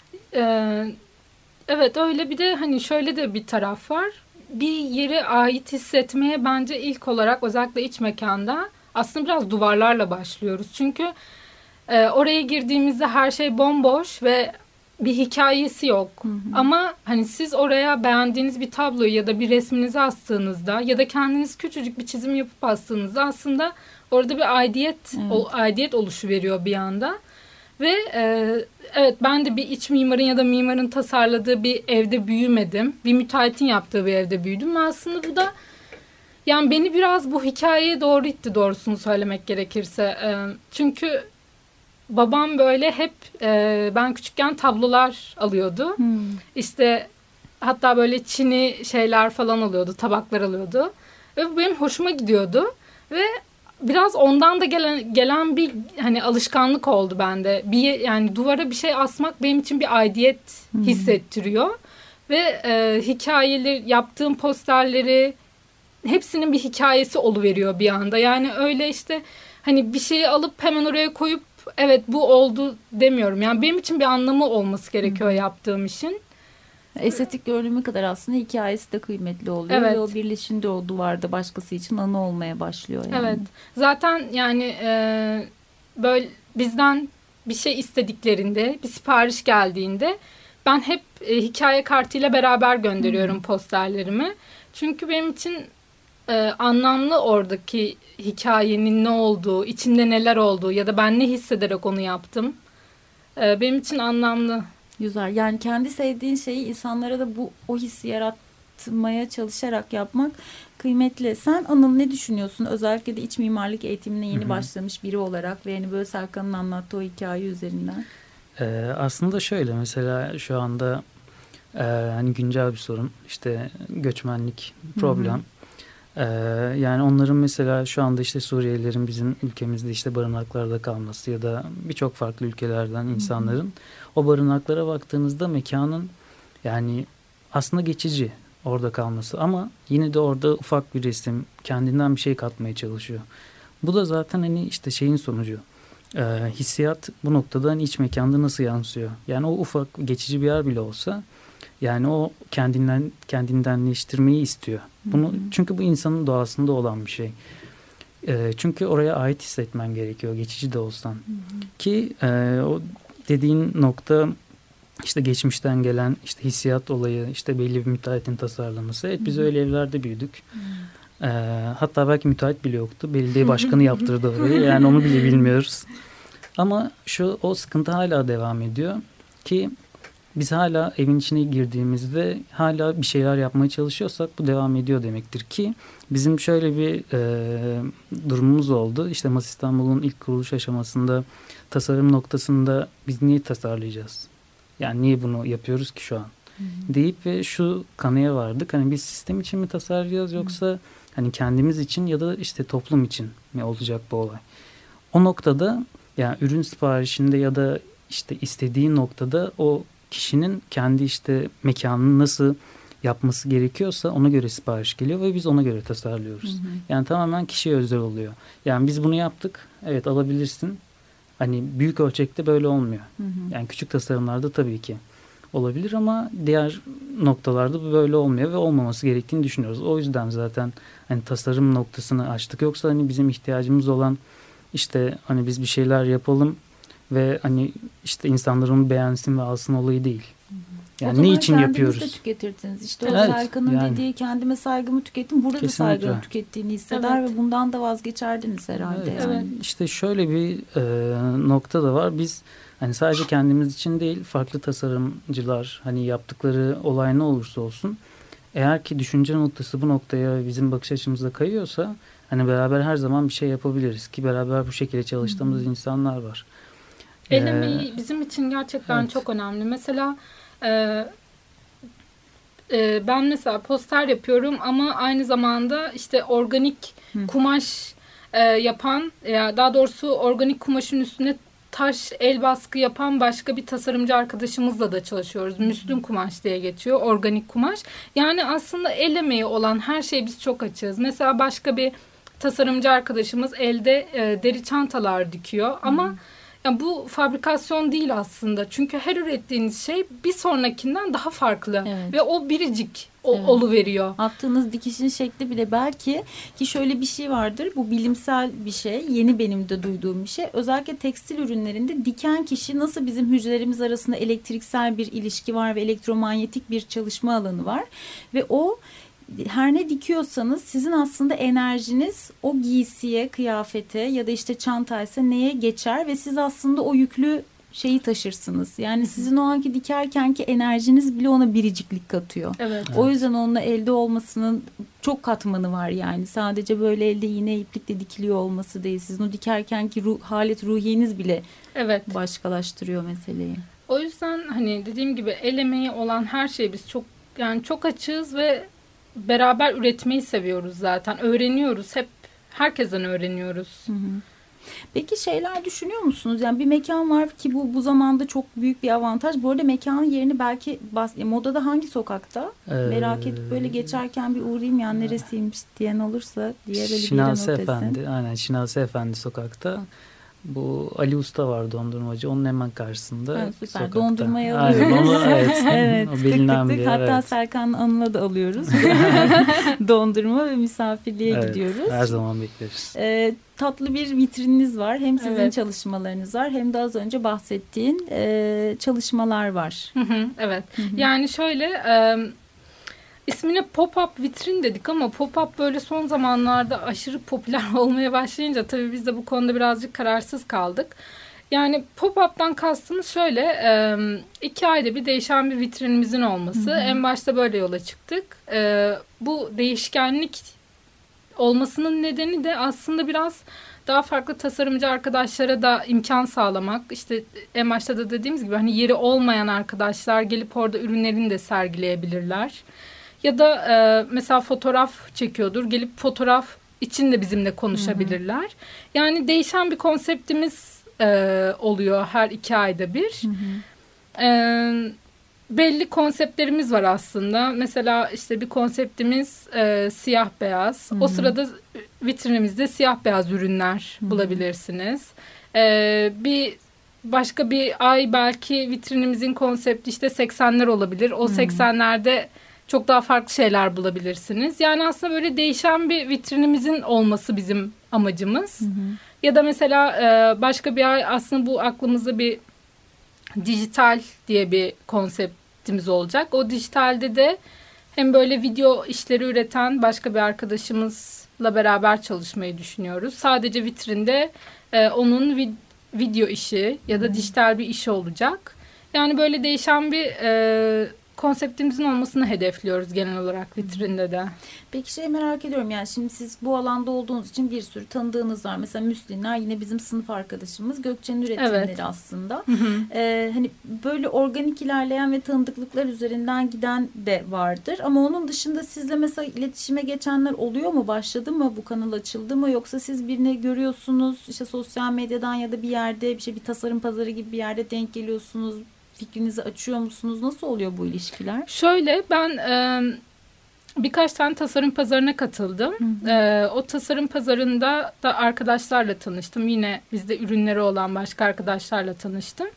Evet, öyle. Bir de hani şöyle de bir taraf var. Bir yere ait hissetmeye bence ilk olarak özellikle iç mekanda aslında biraz duvarlarla başlıyoruz. Çünkü oraya girdiğimizde her şey bomboş ve bir hikayesi yok. Ama hani siz oraya beğendiğiniz bir tabloyu ya da bir resminizi astığınızda ya da kendiniz küçücük bir çizim yapıp astığınızda aslında orada bir aidiyet oluşuveriyor bir anda. Ve evet, ben de bir iç mimarın ya da mimarın tasarladığı bir evde büyümedim. Bir müteahhitin yaptığı bir evde büyüdüm ve aslında bu da yani beni biraz bu hikayeye doğru itti, doğrusunu söylemek gerekirse. Çünkü babam böyle hep ben küçükken tablolar alıyordu. İşte hatta böyle Çin'i şeyler falan alıyordu, tabaklar alıyordu. Ve bu benim hoşuma gidiyordu. Ve biraz ondan da gelen bir hani alışkanlık oldu bende. Yani duvara bir şey asmak benim için bir aidiyet hissettiriyor. Ve hikayeleri, yaptığım posterleri hepsinin bir hikayesi oluveriyor bir anda. Yani öyle işte hani bir şeyi alıp hemen oraya koyup evet bu oldu demiyorum. Yani benim için bir anlamı olması gerekiyor yaptığım işin. Estetik görünümü kadar aslında hikayesi de kıymetli oluyor. Evet. Ve o birleşince o duvarda başkası için anı olmaya başlıyor. Yani. Evet. Zaten yani böyle bizden bir şey istediklerinde, bir sipariş geldiğinde ben hep hikaye kartıyla beraber gönderiyorum posterlerimi. Çünkü benim için anlamlı oradaki hikayenin ne olduğu, içinde neler olduğu ya da ben ne hissederek onu yaptım. Benim için anlamlı. Güzel. Yani kendi sevdiğin şeyi insanlara da o hissi yaratmaya çalışarak yapmak kıymetli. Sen Anıl ne düşünüyorsun? Özellikle de iç mimarlık eğitimine yeni başlamış biri olarak ve yani böyle Serkan'ın anlattığı o hikaye üzerinden. Aslında şöyle, mesela şu anda hani güncel bir sorun, işte göçmenlik problem. Yani onların mesela şu anda işte Suriyelilerin bizim ülkemizde işte barınaklarda kalması ya da birçok farklı ülkelerden insanların o barınaklara baktığınızda mekanın yani aslında geçici orada kalması ama yine de orada ufak bir resim, kendinden bir şey katmaya çalışıyor. Bu da zaten hani işte şeyin sonucu. Hissiyat bu noktada hani iç mekanda nasıl yansıyor? Yani o ufak geçici bir yer bile olsa yani o kendindenleştirmeyi istiyor. Bunu çünkü bu insanın doğasında olan bir şey. Çünkü oraya ait hissetmen gerekiyor, geçici de olsan. Ki o dediğin nokta işte geçmişten gelen işte hissiyat olayı, işte belli bir müteahhitin tasarlaması. Evet, biz öyle evlerde büyüdük. Hatta belki müteahhit bile yoktu. Belediye başkanı yaptırdı orayı. Yani onu bile bilmiyoruz. Ama o sıkıntı hala devam ediyor ki biz hala evin içine girdiğimizde hala bir şeyler yapmaya çalışıyorsak bu devam ediyor demektir ki bizim şöyle bir durumumuz oldu. İşte Mas İstanbul'un ilk kuruluş aşamasında tasarım noktasında biz niye tasarlayacağız? Yani niye bunu yapıyoruz ki şu an? deyip ve şu kanıya vardık. Hani biz sistem için mi tasarlayacağız yoksa hani kendimiz için ya da işte toplum için mi olacak bu olay? O noktada yani ürün siparişinde ya da işte istediği noktada o kişinin kendi işte mekanını nasıl yapması gerekiyorsa ona göre sipariş geliyor ve biz ona göre tasarlıyoruz. Yani tamamen kişiye özel oluyor. Yani biz bunu yaptık. Evet, alabilirsin. Hani büyük ölçekte böyle olmuyor. Yani küçük tasarımlarda tabii ki olabilir ama diğer noktalarda bu böyle olmuyor ve olmaması gerektiğini düşünüyoruz. O yüzden zaten hani tasarım noktasını açtık. Yoksa hani bizim ihtiyacımız olan işte hani biz bir şeyler yapalım ve hani işte insanlar onu beğensin ve alsın olayı değil. Yani ne için yapıyoruz? O zaman kendiniz de tüketirsiniz. İşte o Evet, Serkan'ın yani. dediği kendime saygımı tükettim. Burada da saygımı tükettiğini hisseder ve bundan da vazgeçerdiniz herhalde. Evet, yani. İşte şöyle bir nokta da var. Biz hani sadece kendimiz için değil, farklı tasarımcılar hani yaptıkları olay ne olursa olsun, eğer ki düşünce noktası bu noktaya bizim bakış açımızda kayıyorsa hani beraber her zaman bir şey yapabiliriz ki beraber bu şekilde çalıştığımız insanlar var. El emeği bizim için gerçekten çok önemli. Mesela ben mesela poster yapıyorum ama aynı zamanda işte organik kumaş yapan, daha doğrusu organik kumaşın üstüne taş el baskı yapan başka bir tasarımcı arkadaşımızla da çalışıyoruz. Müslüm kumaş diye geçiyor, organik kumaş. Yani aslında el emeği olan her şeye biz çok açığız. Mesela başka bir tasarımcı arkadaşımız elde deri çantalar dikiyor ama yani bu fabrikasyon değil aslında. Çünkü her ürettiğiniz şey bir sonrakinden daha farklı. Evet. Ve o biricik oluveriyor. Attığınız dikişin şekli bile belki, ki şöyle bir şey vardır. Bu bilimsel bir şey. Yeni benim de duyduğum bir şey. Özellikle tekstil ürünlerinde diken kişi nasıl bizim hücrelerimiz arasında elektriksel bir ilişki var ve elektromanyetik bir çalışma alanı var. Ve o her ne dikiyorsanız sizin aslında enerjiniz o giysiye, kıyafete ya da işte çantaysa neye geçer ve siz aslında o yüklü şeyi taşırsınız. Yani sizin o anki dikerkenki enerjiniz bile ona biriciklik katıyor. Evet. O yüzden onunla elde olmasının çok katmanı var yani. Sadece böyle elde iğne iplikle dikiliyor olması değil. Sizin o dikerkenki halet ruhiyeniz bile başkalaştırıyor meseleyi. O yüzden hani dediğim gibi el emeği olan her şeyi biz çok açığız ve beraber üretmeyi seviyoruz zaten. Öğreniyoruz. Hep herkesten öğreniyoruz. Peki şeyler düşünüyor musunuz? Yani bir mekan var ki bu zamanda çok büyük bir avantaj. Bu arada mekanın yerini belki modada hangi sokakta? Merak edip böyle geçerken bir uğrayayım yani neresiymiş diyen olursa diye böyle Şinasi Efendi. Aynen, Şinasi Efendi sokakta. Bu Ali Usta var, dondurmacı. Onun hemen karşısında. Evet, süper. Sokakta. Dondurmayı alıyoruz. Evet. O bilinen tık. bir. Hatta Serkan'ın anına da alıyoruz. Dondurma ve misafirliğe gidiyoruz. Her zaman bekleriz. Tatlı bir vitrininiz var. Hem sizin çalışmalarınız var hem de az önce bahsettiğin çalışmalar var. Evet. Yani şöyle ismine pop-up vitrin dedik ama pop-up böyle son zamanlarda aşırı popüler olmaya başlayınca tabii biz de bu konuda birazcık kararsız kaldık. Yani pop-up'tan kastımız şöyle 2 ayda bir değişen bir vitrinimizin olması. En başta böyle yola çıktık. Bu değişkenlik olmasının nedeni de aslında biraz daha farklı tasarımcı arkadaşlara da imkan sağlamak. İşte en başta da dediğimiz gibi hani yeri olmayan arkadaşlar gelip orada ürünlerini de sergileyebilirler. Ya da mesela fotoğraf çekiyordur. Gelip fotoğraf için de bizimle konuşabilirler. Yani değişen bir konseptimiz oluyor her 2 ayda bir. Belli konseptlerimiz var aslında. Mesela işte bir konseptimiz siyah beyaz. O sırada vitrinimizde siyah beyaz ürünler bulabilirsiniz. Başka bir ay belki vitrinimizin konsepti işte 80'ler olabilir. O 80'lerde çok daha farklı şeyler bulabilirsiniz. Yani aslında böyle değişen bir vitrinimizin olması bizim amacımız. Ya da mesela başka bir ay aslında bu aklımızda bir dijital diye bir konseptimiz olacak. O dijitalde de hem böyle video işleri üreten başka bir arkadaşımızla beraber çalışmayı düşünüyoruz. Sadece vitrinde onun video işi ya da dijital bir işi olacak. Yani böyle değişen bir konseptimizin olmasını hedefliyoruz genel olarak vitrinde de. Peki merak ediyorum, yani şimdi siz bu alanda olduğunuz için bir sürü tanıdığınız var. Mesela Müslinler yine bizim sınıf arkadaşımız. Gökçe'nin üretimleri aslında. Hani böyle organik ilerleyen ve tanıdıklıklar üzerinden giden de vardır. Ama onun dışında sizle mesela iletişime geçenler oluyor mu? Başladı mı? Bu kanal açıldı mı? Yoksa siz birini görüyorsunuz işte sosyal medyadan ya da bir yerde bir tasarım pazarı gibi bir yerde denk geliyorsunuz. Fikrinizi açıyor musunuz? Nasıl oluyor bu ilişkiler? Şöyle, ben birkaç tane tasarım pazarına katıldım. O tasarım pazarında da arkadaşlarla tanıştım. Yine bizde ürünleri olan başka arkadaşlarla tanıştım.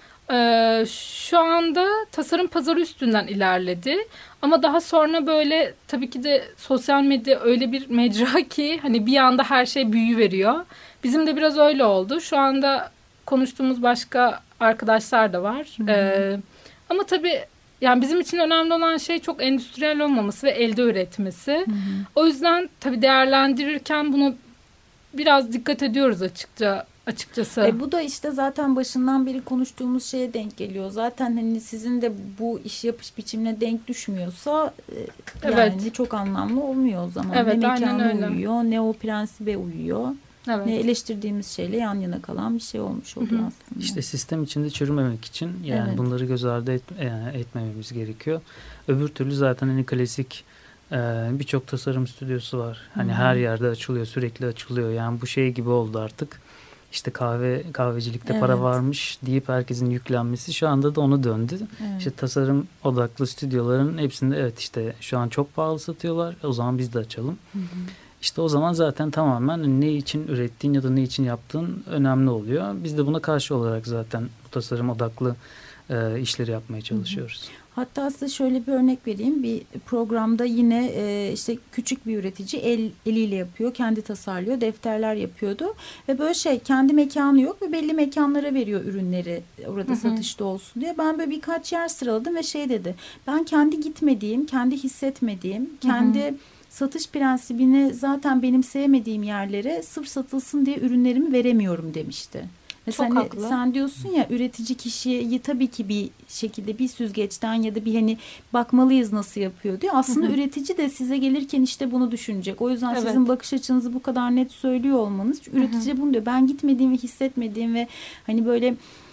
Şu anda tasarım pazarı üstünden ilerledi. Ama daha sonra böyle tabii ki de sosyal medya öyle bir mecra ki hani bir anda her şey büyüveriyor. Bizim de biraz öyle oldu. Şu anda konuştuğumuz başka arkadaşlar da var. Ama tabii yani bizim için önemli olan şey çok endüstriyel olmaması ve elde üretmesi. O yüzden tabii değerlendirirken bunu biraz dikkat ediyoruz açıkçası. Bu da işte zaten başından beri konuştuğumuz şeye denk geliyor. Zaten hani sizin de bu iş yapış biçimine denk düşmüyorsa yani çok anlamlı olmuyor o zaman. Evet, ne mekana uyuyor, ne o prensibe uyuyor. Evet. Ne eleştirdiğimiz şeyle yan yana kalan bir şey olmuş oluyor aslında. İşte sistem içinde çürümemek için yani bunları göz ardı etmememiz gerekiyor. Öbür türlü zaten hani klasik birçok tasarım stüdyosu var. Hani her yerde açılıyor, sürekli açılıyor. Yani bu şey gibi oldu artık. İşte kahvecilikte para varmış deyip herkesin yüklenmesi şu anda da onu döndü. İşte tasarım odaklı stüdyoların hepsinde işte şu an çok pahalı satıyorlar. O zaman biz de açalım. İşte o zaman zaten tamamen ne için ürettiğin ya da ne için yaptığın önemli oluyor. Biz de buna karşı olarak zaten bu tasarım odaklı işleri yapmaya çalışıyoruz. Hatta size şöyle bir örnek vereyim. Bir programda yine işte küçük bir üretici eliyle yapıyor, kendi tasarlıyor, defterler yapıyordu. Ve böyle kendi mekanı yok ve belli mekanlara veriyor ürünleri orada satışta olsun diye. Ben böyle birkaç yer sıraladım ve dedi. Ben kendi gitmediğim, kendi hissetmediğim, kendi satış prensibini zaten benimseyemediğim yerlere sırf satılsın diye ürünlerimi veremiyorum demişti. Mesela sen diyorsun ya, üretici kişiyi tabii ki bir şekilde bir süzgeçten ya da bir hani bakmalıyız nasıl yapıyor diyor. Aslında üretici de size gelirken işte bunu düşünecek. O yüzden sizin bakış açınızı bu kadar net söylüyor olmanız. Üretici de bunu diyor. Ben gitmediğim ve hissetmediğim ve hani böyle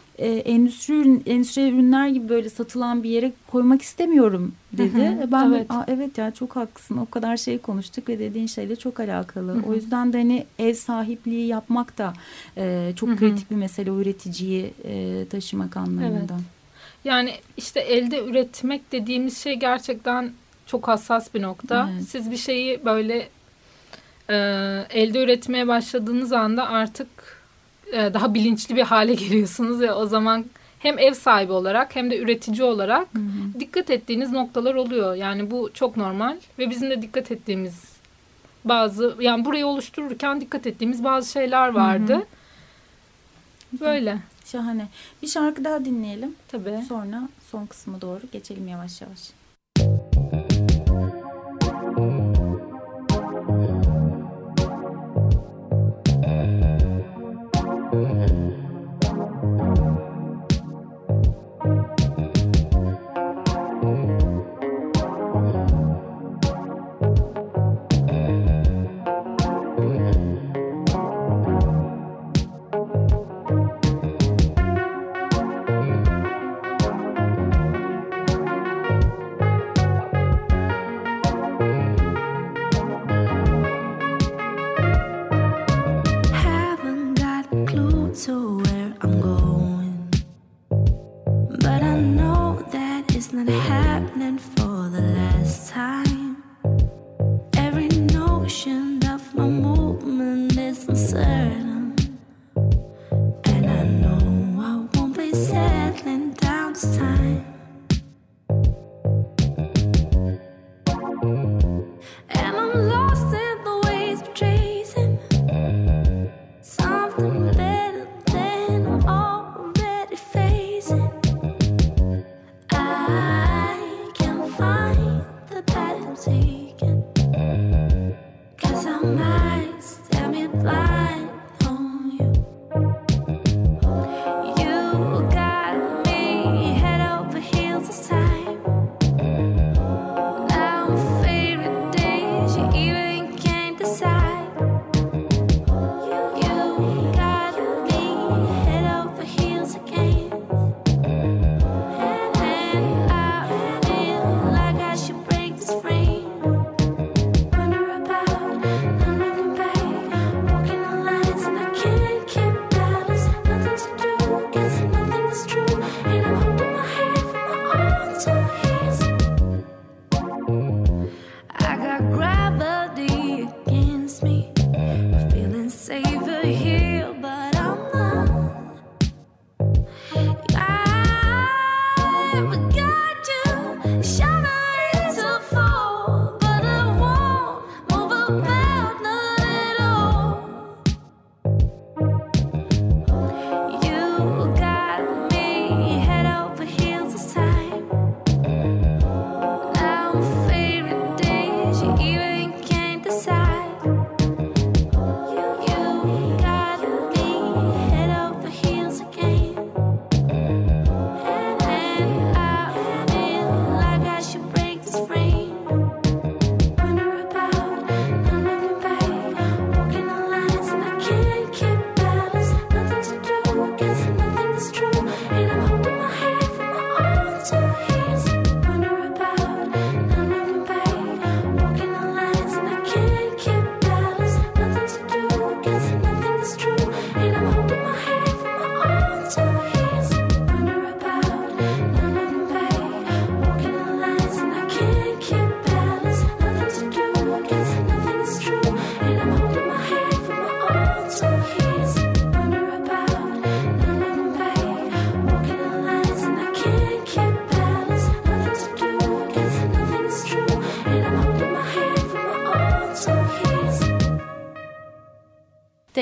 endüstriyel ürünler gibi böyle satılan bir yere koymak istemiyorum dedi. Ben evet ya çok haklısın. O kadar şey konuştuk ve dediğin şeyle çok alakalı. O yüzden de hani ev sahipliği yapmak da çok kritik bir mesele, o üreticiyi taşımak anlamında. Evet. Yani işte elde üretmek dediğimiz şey gerçekten çok hassas bir nokta. Evet. Siz bir şeyi böyle elde üretmeye başladığınız anda artık daha bilinçli bir hale geliyorsunuz ve o zaman hem ev sahibi olarak hem de üretici olarak dikkat ettiğiniz noktalar oluyor. Yani bu çok normal ve bizim de dikkat ettiğimiz yani burayı oluştururken dikkat ettiğimiz bazı şeyler vardı. Böyle. Şahane. Bir şarkı daha dinleyelim. Tabii. Sonra son kısma doğru geçelim yavaş yavaş. Something better than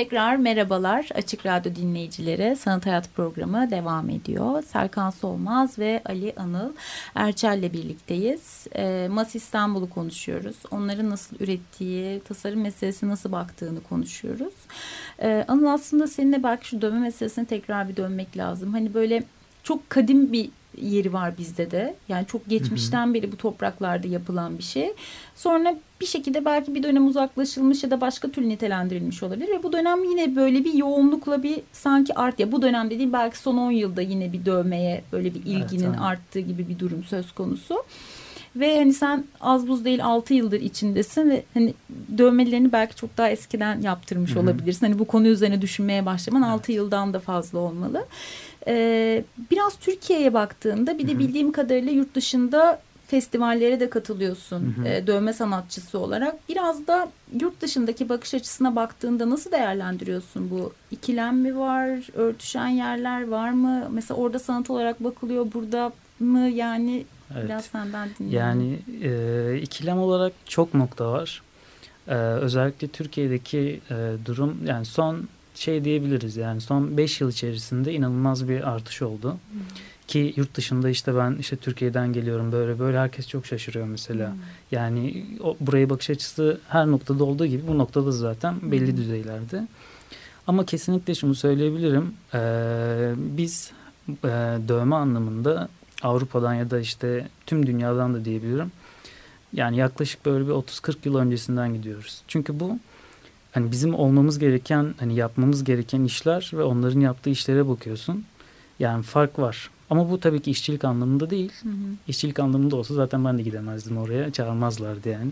Tekrar merhabalar Açık Radyo dinleyicileri. Sanat Hayat programı devam ediyor. Serkan Solmaz ve Ali Anıl Erçel'le birlikteyiz. Mas İstanbul'u konuşuyoruz. Onların nasıl ürettiği, tasarım meselesine nasıl baktığını konuşuyoruz. Anıl, aslında seninle belki şu dövme meselesine tekrar bir dönmek lazım. Hani böyle çok kadim bir yeri var bizde de. Yani çok geçmişten beri bu topraklarda yapılan bir şey. Sonra bir şekilde belki bir dönem uzaklaşılmış ya da başka türlü nitelendirilmiş olabilir ve bu dönem yine böyle bir yoğunlukla bir sanki ya bu dönem dediğim belki son 10 yılda yine bir dövmeye böyle bir ilginin arttığı gibi bir durum söz konusu. Ve hani sen az buz değil 6 yıldır içindesin ve hani dövmelerini belki çok daha eskiden yaptırmış olabilirsin. Hani bu konu üzerine düşünmeye başlaman 6 yıldan da fazla olmalı. Biraz Türkiye'ye baktığında bir de bildiğim kadarıyla yurt dışında festivallere de katılıyorsun dövme sanatçısı olarak. Biraz da yurt dışındaki bakış açısına baktığında nasıl değerlendiriyorsun bu? İkilem mi var? Örtüşen yerler var mı? Mesela orada sanat olarak bakılıyor, burada mı? Yani evet. Biraz senden dinleyelim. Yani ikilem olarak çok nokta var. Özellikle Türkiye'deki durum, yani son diyebiliriz, yani son 5 yıl içerisinde inanılmaz bir artış oldu. Ki yurt dışında işte ben Türkiye'den geliyorum, böyle herkes çok şaşırıyor mesela. Yani buraya bakış açısı her noktada olduğu gibi bu noktada zaten belli düzeylerde. Ama kesinlikle şunu söyleyebilirim. Biz dövme anlamında Avrupa'dan ya da işte tüm dünyadan da diyebilirim. Yani yaklaşık böyle bir 30-40 yıl öncesinden gidiyoruz. Çünkü bu hani bizim olmamız gereken, hani yapmamız gereken işler ve onların yaptığı işlere bakıyorsun. Yani fark var. Ama bu tabii ki işçilik anlamında değil. İşçilik anlamında olsa zaten ben de gidemezdim oraya. Çağırmazlardı yani.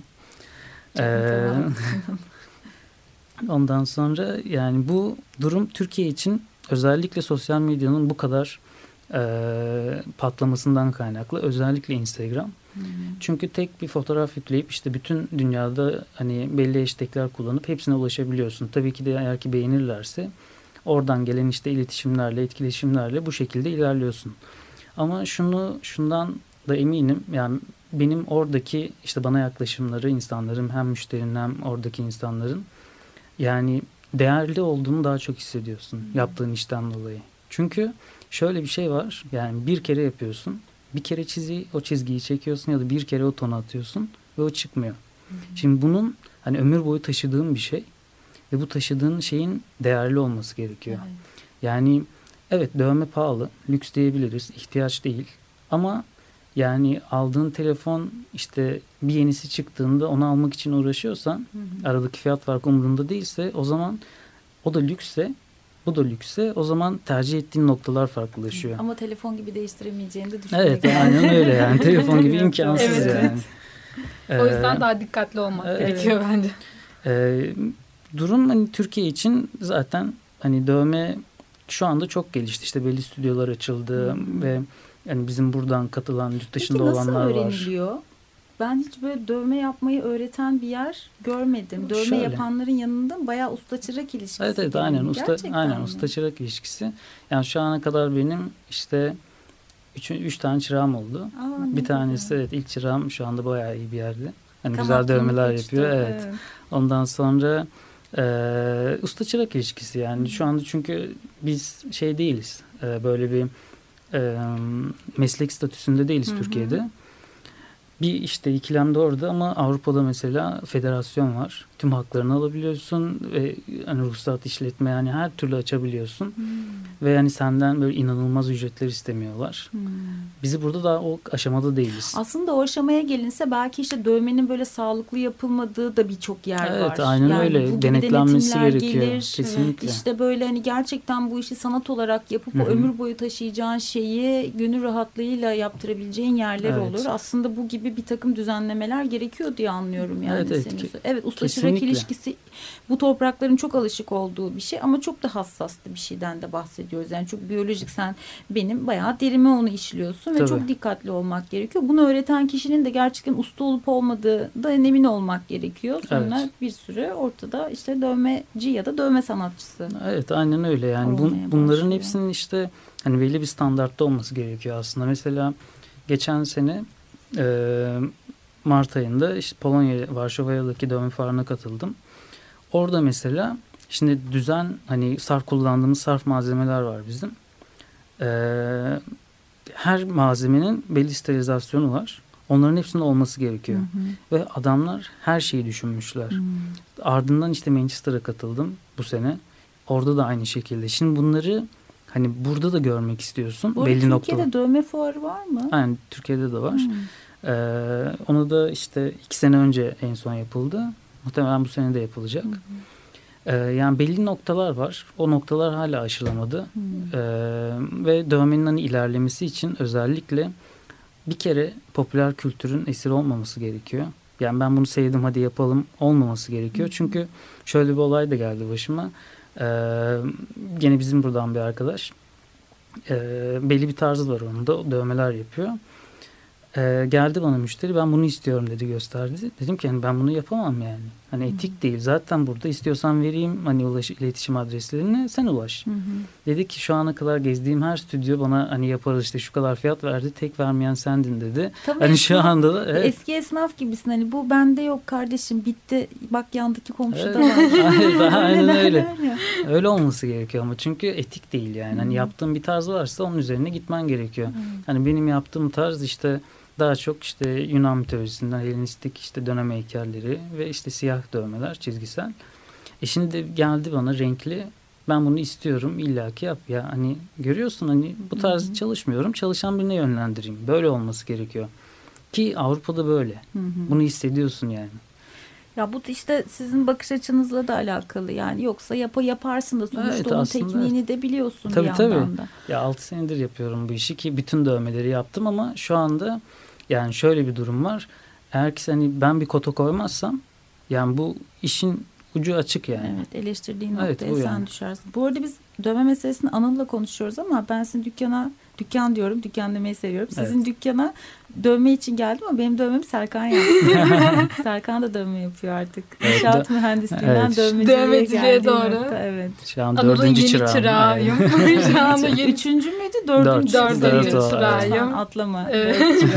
Ondan sonra yani bu durum Türkiye için özellikle sosyal medyanın bu kadar patlamasından kaynaklı. Özellikle Instagram. Çünkü tek bir fotoğraf yükleyip işte bütün dünyada hani belli hashtagler kullanıp hepsine ulaşabiliyorsun. Tabii ki de eğer ki beğenirlerse oradan gelen işte iletişimlerle, etkileşimlerle bu şekilde ilerliyorsun. Ama şundan da eminim, yani benim oradaki işte bana yaklaşımları insanların, hem müşterinin hem oradaki insanların yani değerli olduğunu daha çok hissediyorsun yaptığın işten dolayı. Çünkü şöyle bir şey var, yani bir kere yapıyorsun, bir kere o çizgiyi çekiyorsun ya da bir kere o tonu atıyorsun ve o çıkmıyor. Şimdi bunun hani ömür boyu taşıdığın bir şey ve bu taşıdığın şeyin değerli olması gerekiyor. Evet. Yani evet, dövme pahalı, lüks diyebiliriz, ihtiyaç değil. Ama yani aldığın telefon işte bir yenisi çıktığında onu almak için uğraşıyorsan, aradaki fiyat farkı umurunda değilse, o zaman o da lüksse, bu da lüksse, o zaman tercih ettiğin noktalar farklılaşıyor. Ama telefon gibi değiştiremeyeceğini de düşünmek. Evet, aynen öyle yani. Telefon gibi imkansız evet, yani. O yüzden daha dikkatli olmak gerekiyor bence. Durum hani Türkiye için zaten hani dövme şu anda çok gelişti. İşte belli stüdyolar açıldı ve yani bizim buradan katılan, yurt dışında olanlar var. Peki nasıl öğreniliyor? Ben hiç böyle dövme yapmayı öğreten bir yer görmedim. Dövme yapanların yanında bayağı usta-çırak ilişkisi. Evet, aynen usta-çırak ilişkisi. Yani şu ana kadar benim işte 3 tane çırağım oldu. Bir tanesi ilk çırağım şu anda bayağı iyi bir yerde. Hani güzel dövmeler yapıyor. Evet. Ondan sonra usta-çırak ilişkisi yani şu anda, çünkü biz değiliz. Böyle bir meslek statüsünde değiliz Türkiye'de. Bir işte ikilem de orada, ama Avrupa'da mesela federasyon var. Tüm haklarını alabiliyorsun ve hani ruhsat, işletme, yani her türlü açabiliyorsun. Ve yani senden böyle inanılmaz ücretler istemiyorlar. Bizi burada daha o aşamada değiliz. Aslında o aşamaya gelinse belki işte dövmenin böyle sağlıklı yapılmadığı da birçok yer var. Evet, aynen yani öyle. Denetlenmesi gerekiyor. Gelir. Kesinlikle. İşte böyle hani gerçekten bu işi sanat olarak yapıp o ömür boyu taşıyacağın şeyi gönül rahatlığıyla yaptırabileceğin yerler olur. Aslında bu gibi bir takım düzenlemeler gerekiyor diye anlıyorum yani. Evet, usta-çırak ilişkisi bu toprakların çok alışık olduğu bir şey ama çok da hassas bir şeyden de bahsediyoruz. Yani çok biyolojik, sen benim bayağı derime onu işliyorsun ve çok dikkatli olmak gerekiyor. Bunu öğreten kişinin de gerçekten usta olup olmadığı da emin olmak gerekiyor. Sonra bir sürü ortada işte dövmeci ya da dövme sanatçısı. Evet, aynen öyle yani. Bunların hepsinin işte hani belli bir standartta olması gerekiyor aslında. Mesela geçen sene Mart ayında işte Polonya, Varşova'daki dövme fuarına katıldım. Orada mesela Şimdi düzen, hani kullandığımız sarf malzemeler var bizim. Her malzemenin belli sterilizasyonu var. Onların hepsinin olması gerekiyor. Ve adamlar her şeyi düşünmüşler. Ardından işte Manchester'a katıldım bu sene. Orada da aynı şekilde. Şimdi bunları hani burada da görmek istiyorsun. Bu belli Türkiye'de dövme fuarı var mı? Aynen, Türkiye'de de var. Onu da işte 2 sene önce en son yapıldı. Muhtemelen bu sene de yapılacak. Yani belli noktalar var. O noktalar hala aşılamadı. Ve dövmenin hani ilerlemesi için özellikle bir kere popüler kültürün esiri olmaması gerekiyor. Yani ben bunu sevdim hadi yapalım olmaması gerekiyor. Çünkü şöyle bir olay da geldi başıma. Gene bizim buradan bir arkadaş. Belli bir tarzı var onun da. Dövmeler yapıyor. Geldi bana müşteri, ben bunu istiyorum dedi, gösterdi. Dedim ki hani ben bunu yapamam yani. Hani etik değil. Zaten burada istiyorsan vereyim hani iletişim adreslerini, sen ulaş. Dedi ki şu ana kadar gezdiğim her stüdyo bana hani yaparız işte şu kadar fiyat verdi. Tek vermeyen sendin dedi. Tabii hani şu anda da evet. Eski esnaf gibisin, hani bu bende yok kardeşim, bitti. Bak yandaki komşuda evet. var. Aynen öyle. Öyle olması gerekiyor ama çünkü etik değil yani. Hani yaptığın bir tarz varsa onun üzerine gitmen gerekiyor. Hani benim yaptığım tarz işte daha çok işte Yunan mitolojisinden Helenistik işte dönem heykelleri ve işte siyah dövmeler, çizgisel. Şimdi de geldi bana renkli, ben bunu istiyorum, illaki yap ya. Hani görüyorsun hani bu tarz çalışmıyorum, çalışan birine yönlendireyim. Böyle olması gerekiyor. Ki Avrupa'da böyle. Bunu hissediyorsun yani. Ya bu işte sizin bakış açınızla da alakalı yani, yoksa yaparsın da sonuçta evet, onun aslında tekniğini de biliyorsun tabii, bir yandan da. Ya 6 senedir yapıyorum bu işi ki bütün dövmeleri yaptım ama şu anda yani şöyle bir durum var. Eğer ki hani ben bir kota koymazsam yani bu işin ucu açık yani. Evet, eleştirdiğin evet, noktaya sen düşersin. Bu arada biz dövme meselesini Anıl'la konuşuyoruz ama ben sizin dükkan diyorum, dükkan demeyi seviyorum. Sizin dükkana dövme için geldim ama benim dövmemi Serkan yaptı. Serkan da dövme yapıyor artık. İnşaat mühendisliğinden dövmeciliğe doğru. Nokta, evet. Şu an 4. çırağım. Şu anda 3. müydü? 4. çırağım. Atlama. Evet.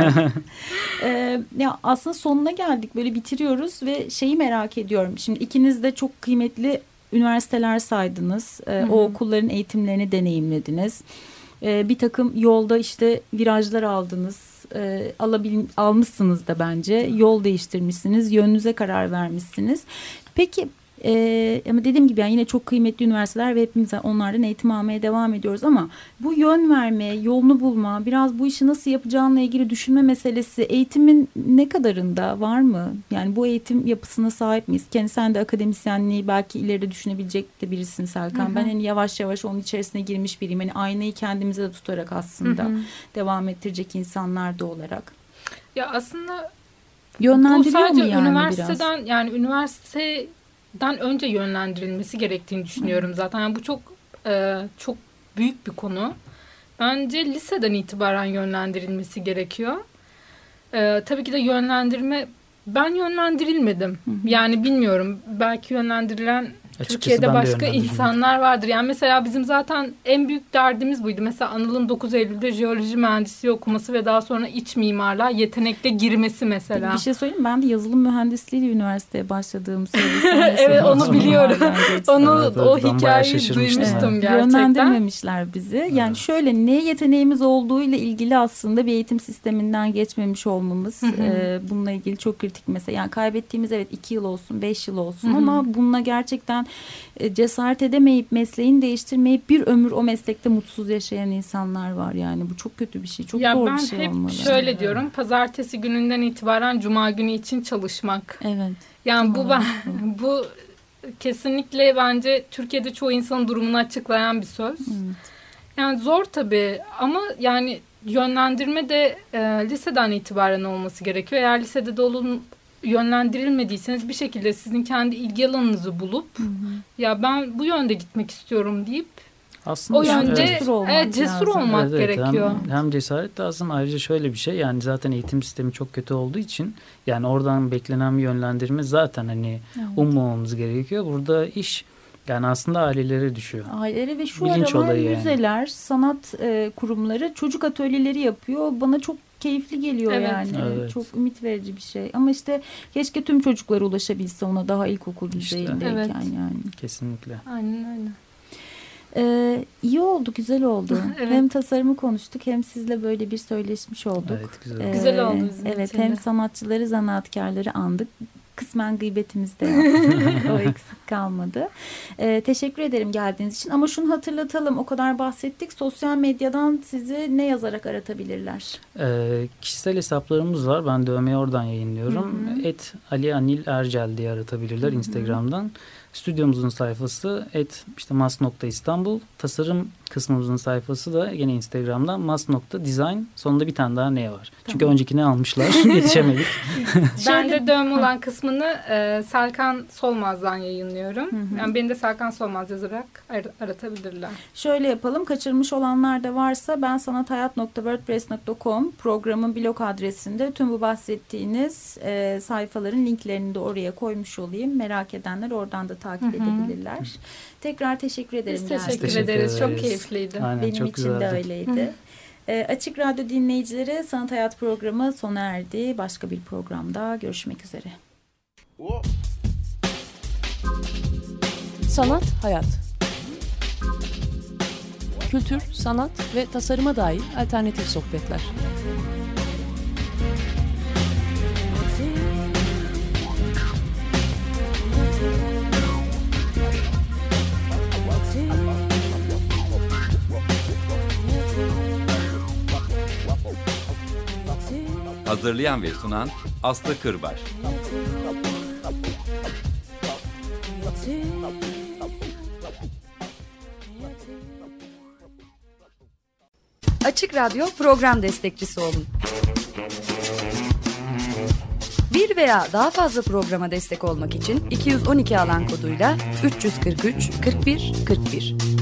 Ya aslında sonuna geldik. Böyle bitiriyoruz ve şeyi merak ediyorum. Şimdi ikiniz de çok kıymetli üniversiteler saydınız. O okulların eğitimlerini deneyimlediniz. Bir takım yolda işte virajlar aldınız, almışsınız da bence, yol değiştirmişsiniz, yönünüze karar vermişsiniz. Peki ama dediğim gibi yani yine çok kıymetli üniversiteler ve hepimiz onlardan eğitim almaya devam ediyoruz ama bu yön verme, yolunu bulma, biraz bu işi nasıl yapacağınla ilgili düşünme meselesi eğitimin ne kadarında var mı? Yani bu eğitim yapısına sahip miyiz? Sen de akademisyenliği belki ileride düşünebilecek de birisin Serkan. Ben hani yavaş yavaş onun içerisine girmiş biriyim. Hani aynayı kendimize de tutarak aslında devam ettirecek insanlar da olarak. Ya aslında yönlendiriyor mu yani üniversiteden biraz? Yani üniversiteden önce yönlendirilmesi gerektiğini düşünüyorum zaten. Yani bu çok büyük bir konu. Bence liseden itibaren yönlendirilmesi gerekiyor. Tabii ki de ben yönlendirilmedim. Yani bilmiyorum. Belki yönlendirilen Açıkçası Türkiye'de başka insanlar vardır. Yani mesela bizim zaten en büyük derdimiz buydu. Mesela Anıl'ın 9 Eylül'de jeoloji mühendisliği okuması ve daha sonra iç mimarlığa yetenekle girmesi mesela. Bir şey söyleyeyim mi? Ben de yazılım mühendisliğiyle üniversiteye başladığım sırada. Evet, onu biliyorum. O hikayeyi duymuştum gerçekten. Yönlendirmemişler bizi. Yani şöyle, ne yeteneğimiz olduğuyla ilgili aslında bir eğitim sisteminden geçmemiş olmamız. Bununla ilgili çok kritik mesela. Yani kaybettiğimiz 2 yıl olsun, 5 yıl olsun ama bununla gerçekten cesaret edemeyip mesleğini değiştirmeyip bir ömür o meslekte mutsuz yaşayan insanlar var. Yani bu çok kötü bir şey. Çok zor bir şey olmalı. Ben hep şöyle diyorum. Pazartesi gününden itibaren cuma günü için çalışmak. Evet. Yani bu kesinlikle bence Türkiye'de çoğu insanın durumunu açıklayan bir söz. Evet. Yani zor tabii ama yani yönlendirme de liseden itibaren olması gerekiyor. Eğer lisede de yönlendirilmediyseniz bir şekilde sizin kendi ilgi alanınızı bulup ya ben bu yönde gitmek istiyorum deyip aslında o yönde cesur olmak gerekiyor. Hem cesaret lazım, ayrıca şöyle bir şey, yani zaten eğitim sistemi çok kötü olduğu için yani oradan beklenen bir yönlendirme zaten hani ummamamız gerekiyor. Burada iş yani aslında ailelere düşüyor. Ailelere ve şu bilinç aralar olayı müzeler, sanat kurumları çocuk atölyeleri yapıyor. Bana çok keyifli geliyor Evet. yani. Evet. Çok ümit verici bir şey. Ama işte keşke tüm çocuklara ulaşabilse ona daha ilkokul düzeyindeyken Evet. yani. Kesinlikle. Aynen öyle. İyi oldu, güzel oldu. Evet. Hem tasarımı konuştuk hem sizle böyle bir söyleşmiş olduk. Evet, güzel oldu. Güzel oldu bizim Evet, için de. hem sanatçıları, zanaatkarları andık. Kısmen gıybetimiz de yaptık. O eksik kalmadı. Teşekkür ederim geldiğiniz için. Ama şunu hatırlatalım. O kadar bahsettik. Sosyal medyadan sizi ne yazarak aratabilirler? Kişisel hesaplarımız var. Ben dövmeyi oradan yayınlıyorum. @alianil_ercel diye aratabilirler Instagram'dan. Stüdyomuzun sayfası @mas.istanbul. Tasarım kısmımızın sayfası da yine Instagram'dan mas.design. Sonunda bir tane daha ne var? Çünkü öncekini almışlar. Yetişemedik. Ben de dövme olan kısmını Serkan Solmaz'dan yayınlıyorum. Yani beni de Serkan Solmaz yazarak aratabilirler. Şöyle yapalım. Kaçırmış olanlar da varsa ben sanathayat.wordpress.com programın blog adresinde tüm bu bahsettiğiniz sayfaların linklerini de oraya koymuş olayım. Merak edenler oradan da takip edebilirler. Tekrar teşekkür ederim. Biz geldiğiniz teşekkür için. ederiz. Çok keyifliydi. Aynen, Benim çok için güzeldi. de öyleydi. Açık Radyo dinleyicileri, Sanat Hayat programı sona erdi. Başka bir programda görüşmek üzere. Sanat, hayat. Kültür, sanat ve tasarıma dair alternatif sohbetler. Hazırlayan ve sunan Aslı Kırbaş. Açık Radyo program destekçisi olun. Bir veya daha fazla programa destek olmak için 212 alan koduyla 343 41 41